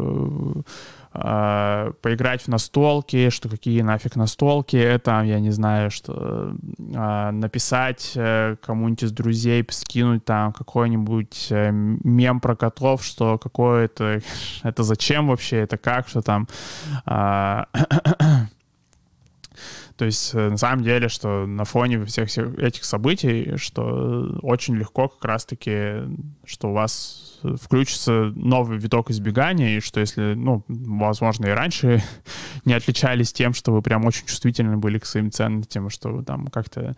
поиграть в настолки, что какие нафиг настолки, это, я не знаю, что написать кому-нибудь из друзей, скинуть там какой-нибудь мем про котов, что какое-то, это зачем вообще, это как, что там... То То есть на самом деле, что на фоне всех этих событий, что очень легко как раз-таки, что у вас включится новый виток избегания, и что если, ну, возможно, и раньше не отличались тем, что вы прям очень чувствительны были к своим ценностям, что вы там как-то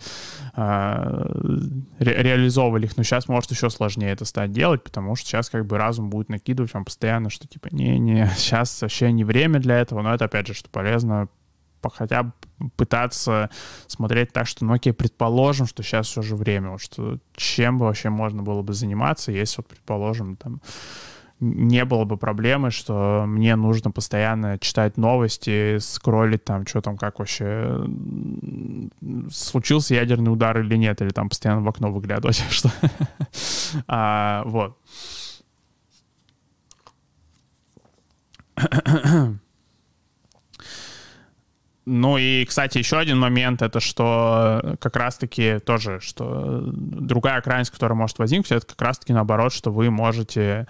реализовывали их, но сейчас может еще сложнее это стать делать, потому что сейчас как бы разум будет накидывать вам постоянно, что типа не, сейчас вообще не время для этого, но это опять же, что полезно хотя бы пытаться смотреть так, что, ну окей, предположим, что сейчас все же время, вот что чем бы вообще можно было бы заниматься, если вот, предположим, там не было бы проблемы, что мне нужно постоянно читать новости, скроллить там, что там, как вообще случился ядерный удар или нет, или там постоянно в окно выглядывать, что вот. Ну и, кстати, еще один момент, это что как раз-таки тоже, что другая крайность, которая может возникнуть, это как раз-таки наоборот, что вы можете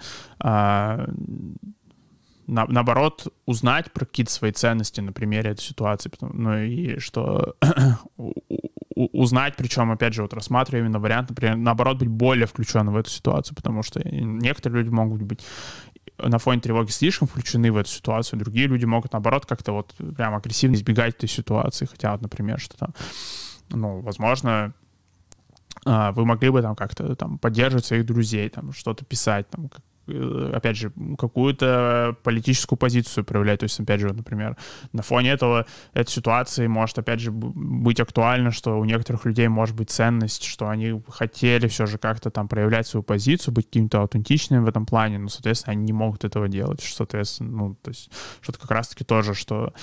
наоборот узнать про какие-то свои ценности на примере этой ситуации. Ну и что узнать, причем, опять же, вот рассматривая именно вариант, например, наоборот, быть более включенным в эту ситуацию, потому что некоторые люди могут быть на фоне тревоги слишком включены в эту ситуацию, другие люди могут, наоборот, как-то вот прям агрессивно избегать этой ситуации, хотя вот, например, что там, ну, возможно, вы могли бы там как-то там поддерживать своих друзей, там что-то писать, там, опять же, какую-то политическую позицию проявлять. То есть, опять же, например, на фоне этого, этой ситуации может, опять же, быть актуально, что у некоторых людей может быть ценность, что они хотели все же как-то там проявлять свою позицию, быть какими-то аутентичными в этом плане, но, соответственно, они не могут этого делать. Что, соответственно, ну, то есть, что-то как раз-таки тоже, что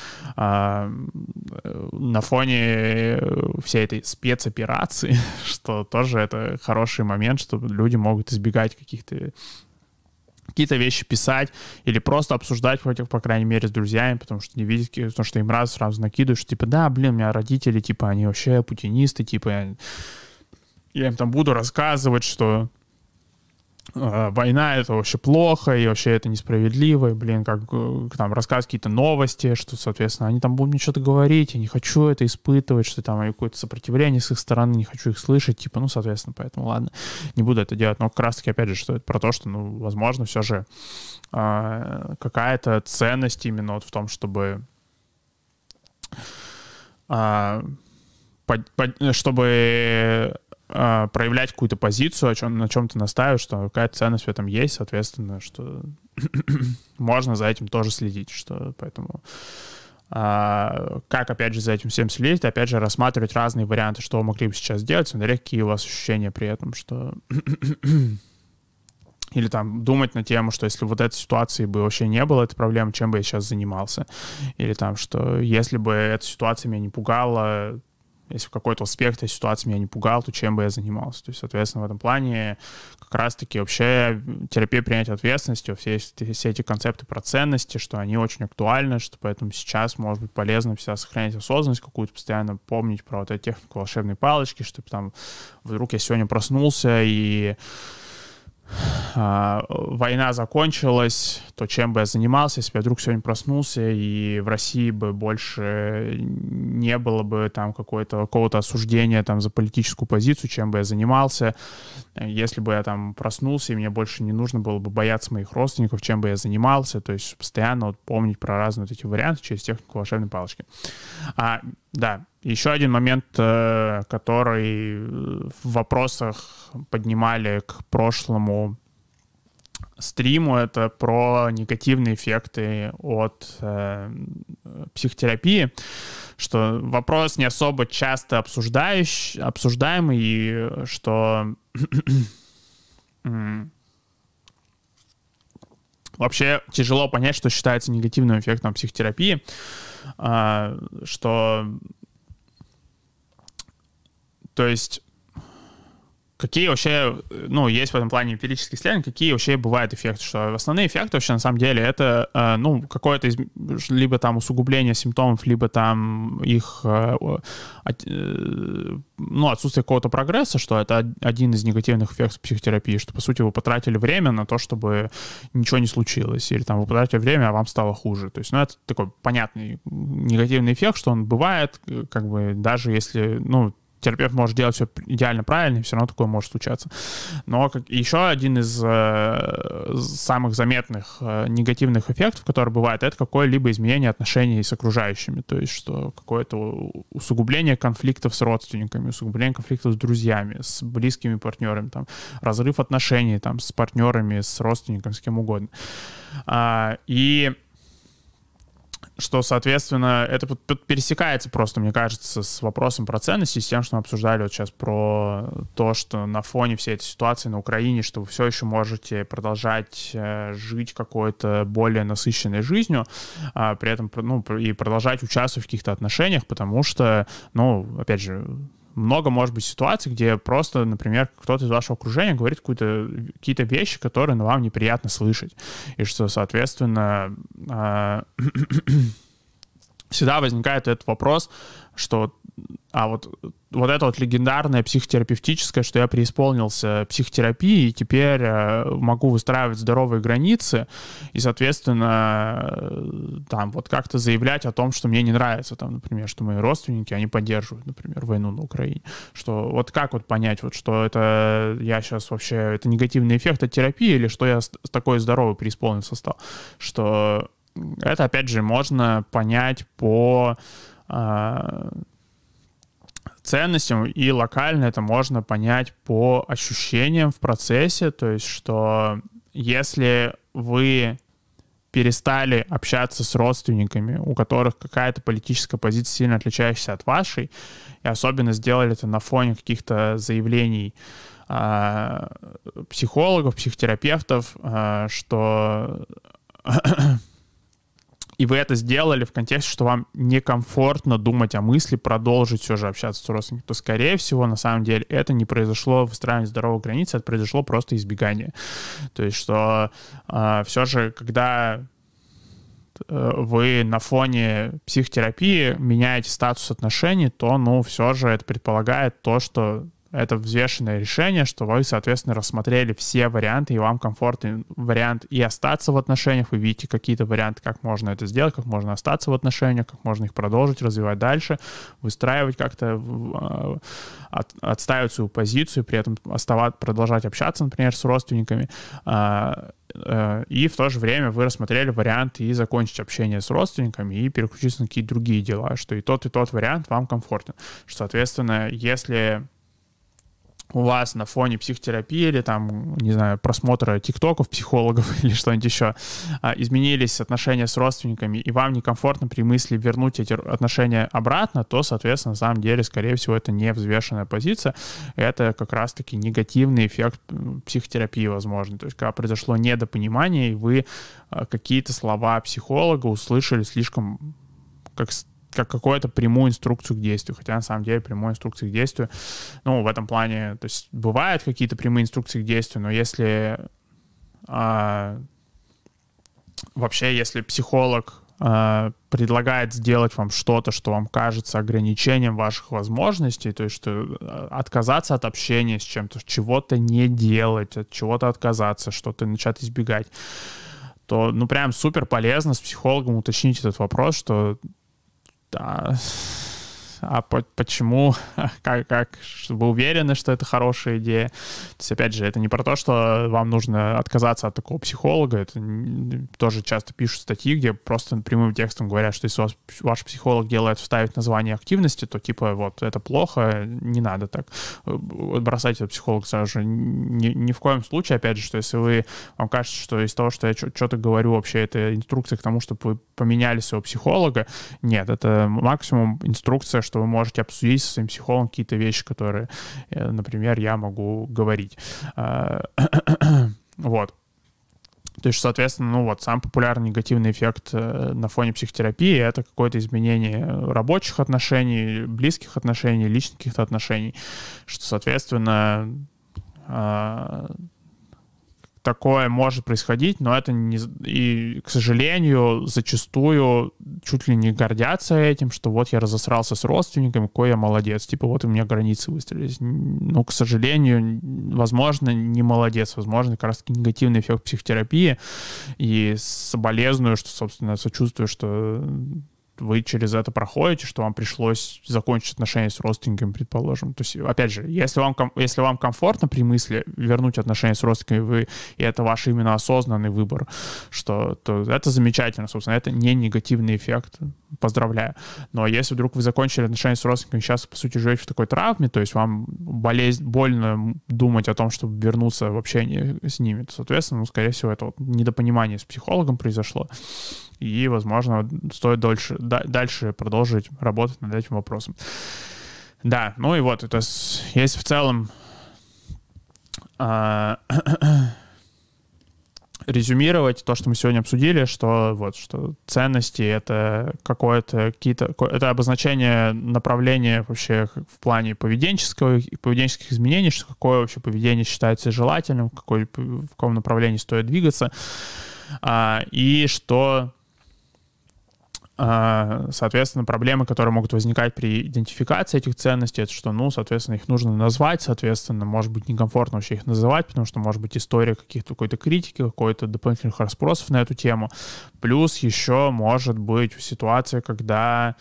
на фоне всей этой спецоперации, что тоже это хороший момент, что люди могут избегать какие-то вещи писать или просто обсуждать, по крайней мере, с друзьями, потому что не видеть, потому что им сразу накидываешь, типа, да, блин, у меня родители, типа, они вообще путинисты, типа, я им там буду рассказывать, что война — это вообще плохо, и вообще это несправедливо, и, блин, как там рассказывать какие-то новости, что, соответственно, они там будут мне что-то говорить, я не хочу это испытывать, что там какое-то сопротивление с их стороны, не хочу их слышать, типа, ну, соответственно, поэтому, ладно, не буду это делать. Но как раз-таки, опять же, что это про то, что, ну, возможно, все же какая-то ценность именно вот в том, чтобы проявлять какую-то позицию, на чем ты настаиваешь, что какая-то ценность в этом есть, соответственно, что можно за этим тоже следить, что поэтому как, опять же, за этим всем следить, опять же, рассматривать разные варианты, что вы могли бы сейчас сделать, смотря какие у вас ощущения при этом, что или там думать на тему, что если вот этой ситуации бы вообще не было этой проблемы, чем бы я сейчас занимался, или там, что если бы эта ситуация меня не пугала, если в какой-то аспект этой ситуации меня не пугал, то чем бы я занимался? То есть, соответственно, в этом плане как раз-таки вообще терапия принятия ответственности, все эти концепты про ценности, что они очень актуальны, что поэтому сейчас может быть полезно всегда сохранять осознанность какую-то, постоянно помнить про вот эту технику волшебной палочки, чтобы там вдруг я сегодня проснулся и война закончилась, то чем бы я занимался, если бы я вдруг сегодня проснулся, и в России бы больше не было бы там какого-то осуждения там за политическую позицию, чем бы я занимался, если бы я там проснулся, и мне больше не нужно было бы бояться моих родственников, чем бы я занимался, то есть постоянно вот помнить про разные вот эти варианты через технику волшебной палочки. Да, еще один момент, который в вопросах поднимали к прошлому стриму, это про негативные эффекты от психотерапии, что вопрос не особо часто обсуждаемый, и что вообще тяжело понять, что считается негативным эффектом психотерапии, что, то есть, какие вообще, ну, есть в этом плане эмпирические исследования, какие вообще бывают эффекты, что основные эффекты вообще на самом деле это, ну, какое-то либо там усугубление симптомов, либо там их, ну, отсутствие какого-то прогресса, что это один из негативных эффектов психотерапии, что, по сути, вы потратили время на то, чтобы ничего не случилось, или там вы потратили время, а вам стало хуже. То есть, ну, это такой понятный негативный эффект, что он бывает, как бы, даже если, ну, терапевт может делать все идеально правильно, и все равно такое может случаться. Но еще один из самых заметных негативных эффектов, который бывает, это какое-либо изменение отношений с окружающими. То есть что какое-то усугубление конфликтов с родственниками, усугубление конфликтов с друзьями, с близкими партнерами, там, разрыв отношений там, с партнерами, с родственниками, с кем угодно. И что, соответственно, это пересекается просто, мне кажется, с вопросом про ценности, с тем, что мы обсуждали вот сейчас про то, что на фоне всей этой ситуации на Украине, что вы все еще можете продолжать жить какой-то более насыщенной жизнью, при этом, ну, и продолжать участвовать в каких-то отношениях, потому что, ну, опять же, много может быть ситуаций, где просто, например, кто-то из вашего окружения говорит какие-то вещи, которые вам неприятно слышать. И что, соответственно, всегда возникает этот вопрос, что вот это вот легендарное психотерапевтическое, что я преисполнился психотерапии, и теперь могу выстраивать здоровые границы, и, соответственно, там вот как-то заявлять о том, что мне не нравится, там, например, что мои родственники, они поддерживают, например, войну на Украине. Что вот как вот понять, вот что это я сейчас вообще, это негативный эффект от терапии, или что я такой здоровый преисполнился стал? Что это, опять же, можно понять по ценностям, и локально это можно понять по ощущениям в процессе, то есть что если вы перестали общаться с родственниками, у которых какая-то политическая позиция сильно отличающаяся от вашей, и особенно сделали это на фоне каких-то заявлений психологов, психотерапевтов, что и вы это сделали в контексте, что вам некомфортно думать о мысли продолжить все же общаться с родственниками, то, скорее всего, на самом деле, это не произошло выстраивание здоровых границ, это произошло просто избегание. То есть, что все же, когда вы на фоне психотерапии меняете статус отношений, то, ну, все же это предполагает то, что это взвешенное решение, что вы, соответственно, рассмотрели все варианты, и вам комфортный вариант и остаться в отношениях, вы видите какие-то варианты, как можно это сделать, как можно остаться в отношениях, как можно их продолжить, развивать дальше, выстраивать как-то, отстаивать свою позицию, при этом продолжать общаться, например, с родственниками, и в то же время вы рассмотрели вариант и закончить общение с родственниками и переключиться на какие-то другие дела, что и тот вариант вам комфортен. Что, соответственно, если у вас на фоне психотерапии или там, не знаю, просмотра тиктоков, психологов или что-нибудь еще, изменились отношения с родственниками, и вам некомфортно при мысли вернуть эти отношения обратно, то, соответственно, на самом деле, скорее всего, это не взвешенная позиция, это как раз-таки негативный эффект психотерапии, возможно. То есть, когда произошло недопонимание, и вы какие-то слова психолога услышали слишком как какую-то прямую инструкцию к действию, хотя на самом деле прямой инструкции к действию, ну, в этом плане, то есть бывают какие-то прямые инструкции к действию, но если вообще, если психолог предлагает сделать вам что-то, что вам кажется ограничением ваших возможностей, то есть что отказаться от общения с чем-то, чего-то не делать, от чего-то отказаться, что-то начать избегать, то, ну, прям супер полезно с психологом уточнить этот вопрос, что почему, как вы уверены, что это хорошая идея? То есть, опять же, это не про то, что вам нужно отказаться от такого психолога, это тоже часто пишут статьи, где просто прямым текстом говорят, что если ваш психолог делает вставить название активности, то типа вот это плохо, не надо так бросать этого психолога сразу же. Ни в коем случае, опять же, что если вам кажется, что из того, что я что-то говорю, вообще это инструкция к тому, чтобы вы поменяли своего психолога, нет, это максимум инструкция, что вы можете обсудить со своим психологом какие-то вещи, которые, например, я могу говорить. Вот. То есть, соответственно, ну вот, самый популярный негативный эффект на фоне психотерапии — это какое-то изменение рабочих отношений, близких отношений, личных каких-то отношений, что, соответственно, такое может происходить, но это не... И, к сожалению, зачастую чуть ли не гордятся этим, что вот я разосрался с родственниками, какой я молодец. Типа вот у меня границы выстроились. Ну, к сожалению, возможно, не молодец. Возможно, как раз-таки негативный эффект психотерапии. И соболезную, что, собственно, сочувствую, что вы через это проходите, что вам пришлось закончить отношения с родственниками, предположим. То есть, опять же, если вам комфортно при мысли вернуть отношения с родственниками, и это ваш именно осознанный выбор, то это замечательно, собственно, это не негативный эффект. Поздравляю. Но если вдруг вы закончили отношения с родственниками, сейчас, по сути, живете в такой травме, то есть вам больно думать о том, чтобы вернуться в общение с ними, то, соответственно, скорее всего, это недопонимание с психологом произошло. И, возможно, стоит дальше продолжить работать над этим вопросом. Да, ну и вот, это есть в целом резюмировать то, что мы сегодня обсудили, что ценности — это это обозначение направления вообще в плане поведенческих изменений, что какое вообще поведение считается желательным, в каком направлении стоит двигаться, и что, соответственно, проблемы, которые могут возникать при идентификации этих ценностей, это что, соответственно, их нужно назвать, соответственно, может быть некомфортно вообще их называть, потому что может быть история какой-то критики, какой-то дополнительных расспросов на эту тему. Плюс еще может быть ситуация, когда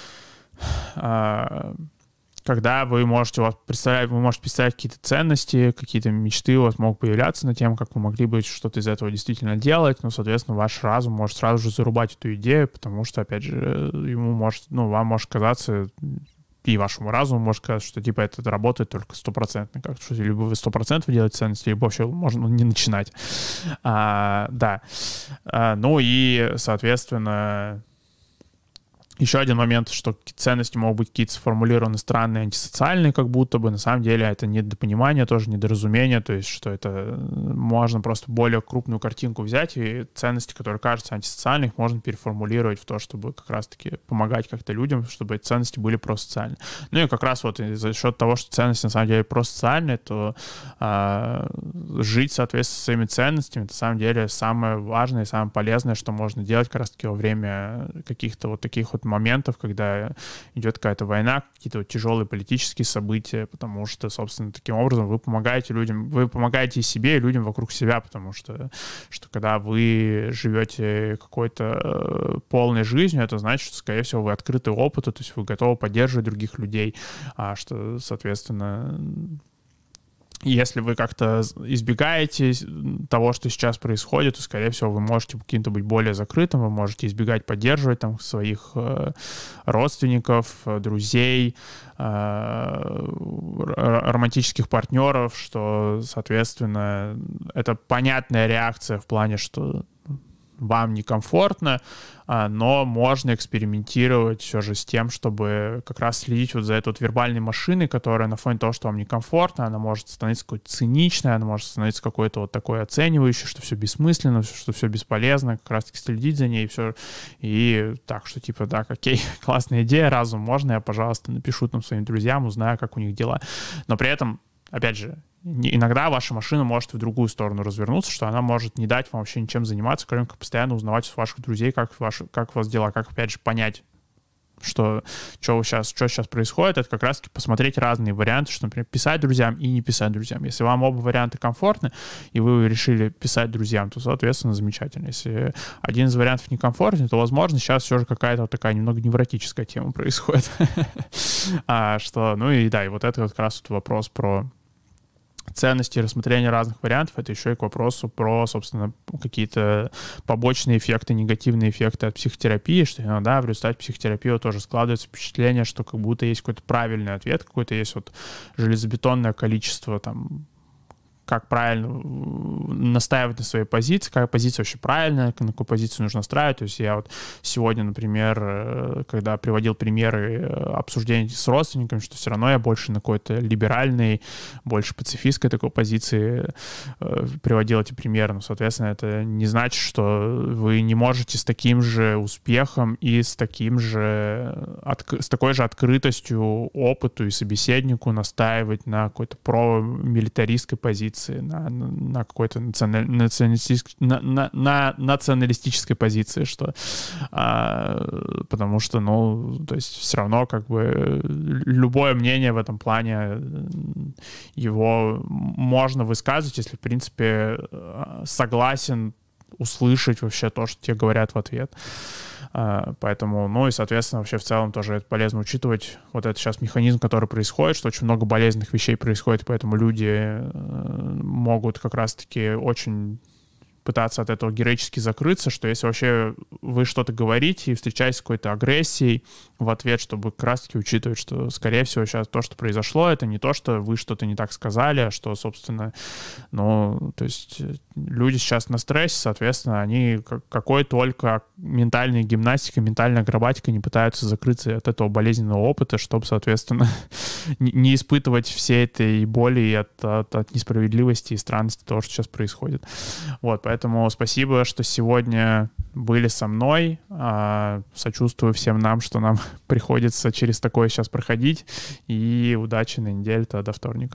вы можете представлять какие-то ценности, какие-то мечты у вас могут появляться на тему, как вы могли бы что-то из этого действительно делать, соответственно, ваш разум может сразу же зарубать эту идею, потому что, опять же, вам может казаться, и вашему разуму может казаться, что, типа, это работает только 100%, как что либо вы 100% делаете ценности, либо вообще можно не начинать. Да. Ну и, соответственно, еще один момент, что ценности могут быть какие-то сформулированы странные, антисоциальные, как будто бы. На самом деле это недопонимание, тоже недоразумение, то есть что это можно просто более крупную картинку взять, и ценности, которые кажутся антисоциальными, их можно переформулировать в то, чтобы как раз-таки помогать как-то людям, чтобы эти ценности были просоциальны. Ну и как раз вот за счет того, что ценности на самом деле просоциальные, то жить в соответствии со своими ценностями — это на самом деле самое важное и самое полезное, что можно делать как раз-таки во время каких-то вот таких вот моментов, когда идет какая-то война, какие-то вот тяжелые политические события, потому что, собственно, таким образом вы помогаете людям, вы помогаете и себе, и людям вокруг себя, потому что когда вы живете какой-то полной жизнью, это значит, что, скорее всего, вы открыты опыту, то есть вы готовы поддерживать других людей, что, соответственно, если вы как-то избегаете того, что сейчас происходит, то, скорее всего, вы можете каким-то быть более закрытым, вы можете избегать поддерживать там своих родственников, друзей, романтических партнеров, что, соответственно, это понятная реакция в плане, что вам некомфортно, но можно экспериментировать все же с тем, чтобы как раз следить вот за этой вот вербальной машиной, которая на фоне того, что вам некомфортно, она может становиться какой-то циничной, она может становиться какой-то вот такой оценивающей, что все бессмысленно, что все бесполезно, как раз-таки следить за ней, и все. И так, что типа, да, окей, классная идея, разум, можно я, пожалуйста, напишу там своим друзьям, узнаю, как у них дела. Но при этом, опять же, иногда ваша машина может в другую сторону развернуться, что она может не дать вам вообще ничем заниматься, кроме как постоянно узнавать у ваших друзей, как у вас дела, как, опять же, понять, что сейчас происходит. Это как раз-таки посмотреть разные варианты, что, например, писать друзьям и не писать друзьям. Если вам оба варианта комфортны, и вы решили писать друзьям, то, соответственно, замечательно. Если один из вариантов некомфортен, то, возможно, сейчас все же какая-то вот такая немного невротическая тема происходит. Ну и да, и вот это как раз вопрос про ценности и рассмотрение разных вариантов. Это еще и к вопросу про, собственно, какие-то побочные эффекты, негативные эффекты от психотерапии, что иногда в результате психотерапии тоже складывается впечатление, что как будто есть какой-то правильный ответ, какое-то есть вот железобетонное количество там как правильно настаивать на своей позиции, какая позиция вообще правильная, на какую позицию нужно настраивать. То есть я вот сегодня, например, когда приводил примеры обсуждений с родственниками, что все равно я больше на какой-то либеральной, больше пацифистской такой позиции приводил эти примеры. Но, соответственно, это не значит, что вы не можете с таким же успехом и с такой же открытостью опыту и собеседнику настаивать на какой-то промилитаристской позиции, на какой-то националистической позиции, потому что, то есть все равно как бы любое мнение в этом плане, его можно высказывать, если, в принципе, согласен услышать вообще то, что тебе говорят в ответ. Поэтому, и, соответственно, вообще в целом тоже это полезно учитывать. Вот это сейчас механизм, который происходит, что очень много болезненных вещей происходит, поэтому люди могут как раз-таки очень пытаться от этого героически закрыться, что если вообще вы что-то говорите и встречаетесь с какой-то агрессией в ответ, чтобы как раз-таки учитывать, что, скорее всего, сейчас то, что произошло, это не то, что вы что-то не так сказали, а что, собственно, то есть люди сейчас на стрессе, соответственно, они какой только ментальной гимнастикой, ментальной акробатикой не пытаются закрыться от этого болезненного опыта, чтобы, соответственно, не испытывать всей этой боли и от несправедливости и странности того, что сейчас происходит. Вот, поэтому спасибо, что сегодня были со мной. Сочувствую всем нам, что нам приходится через такое сейчас проходить. И удачи на неделе, до вторника.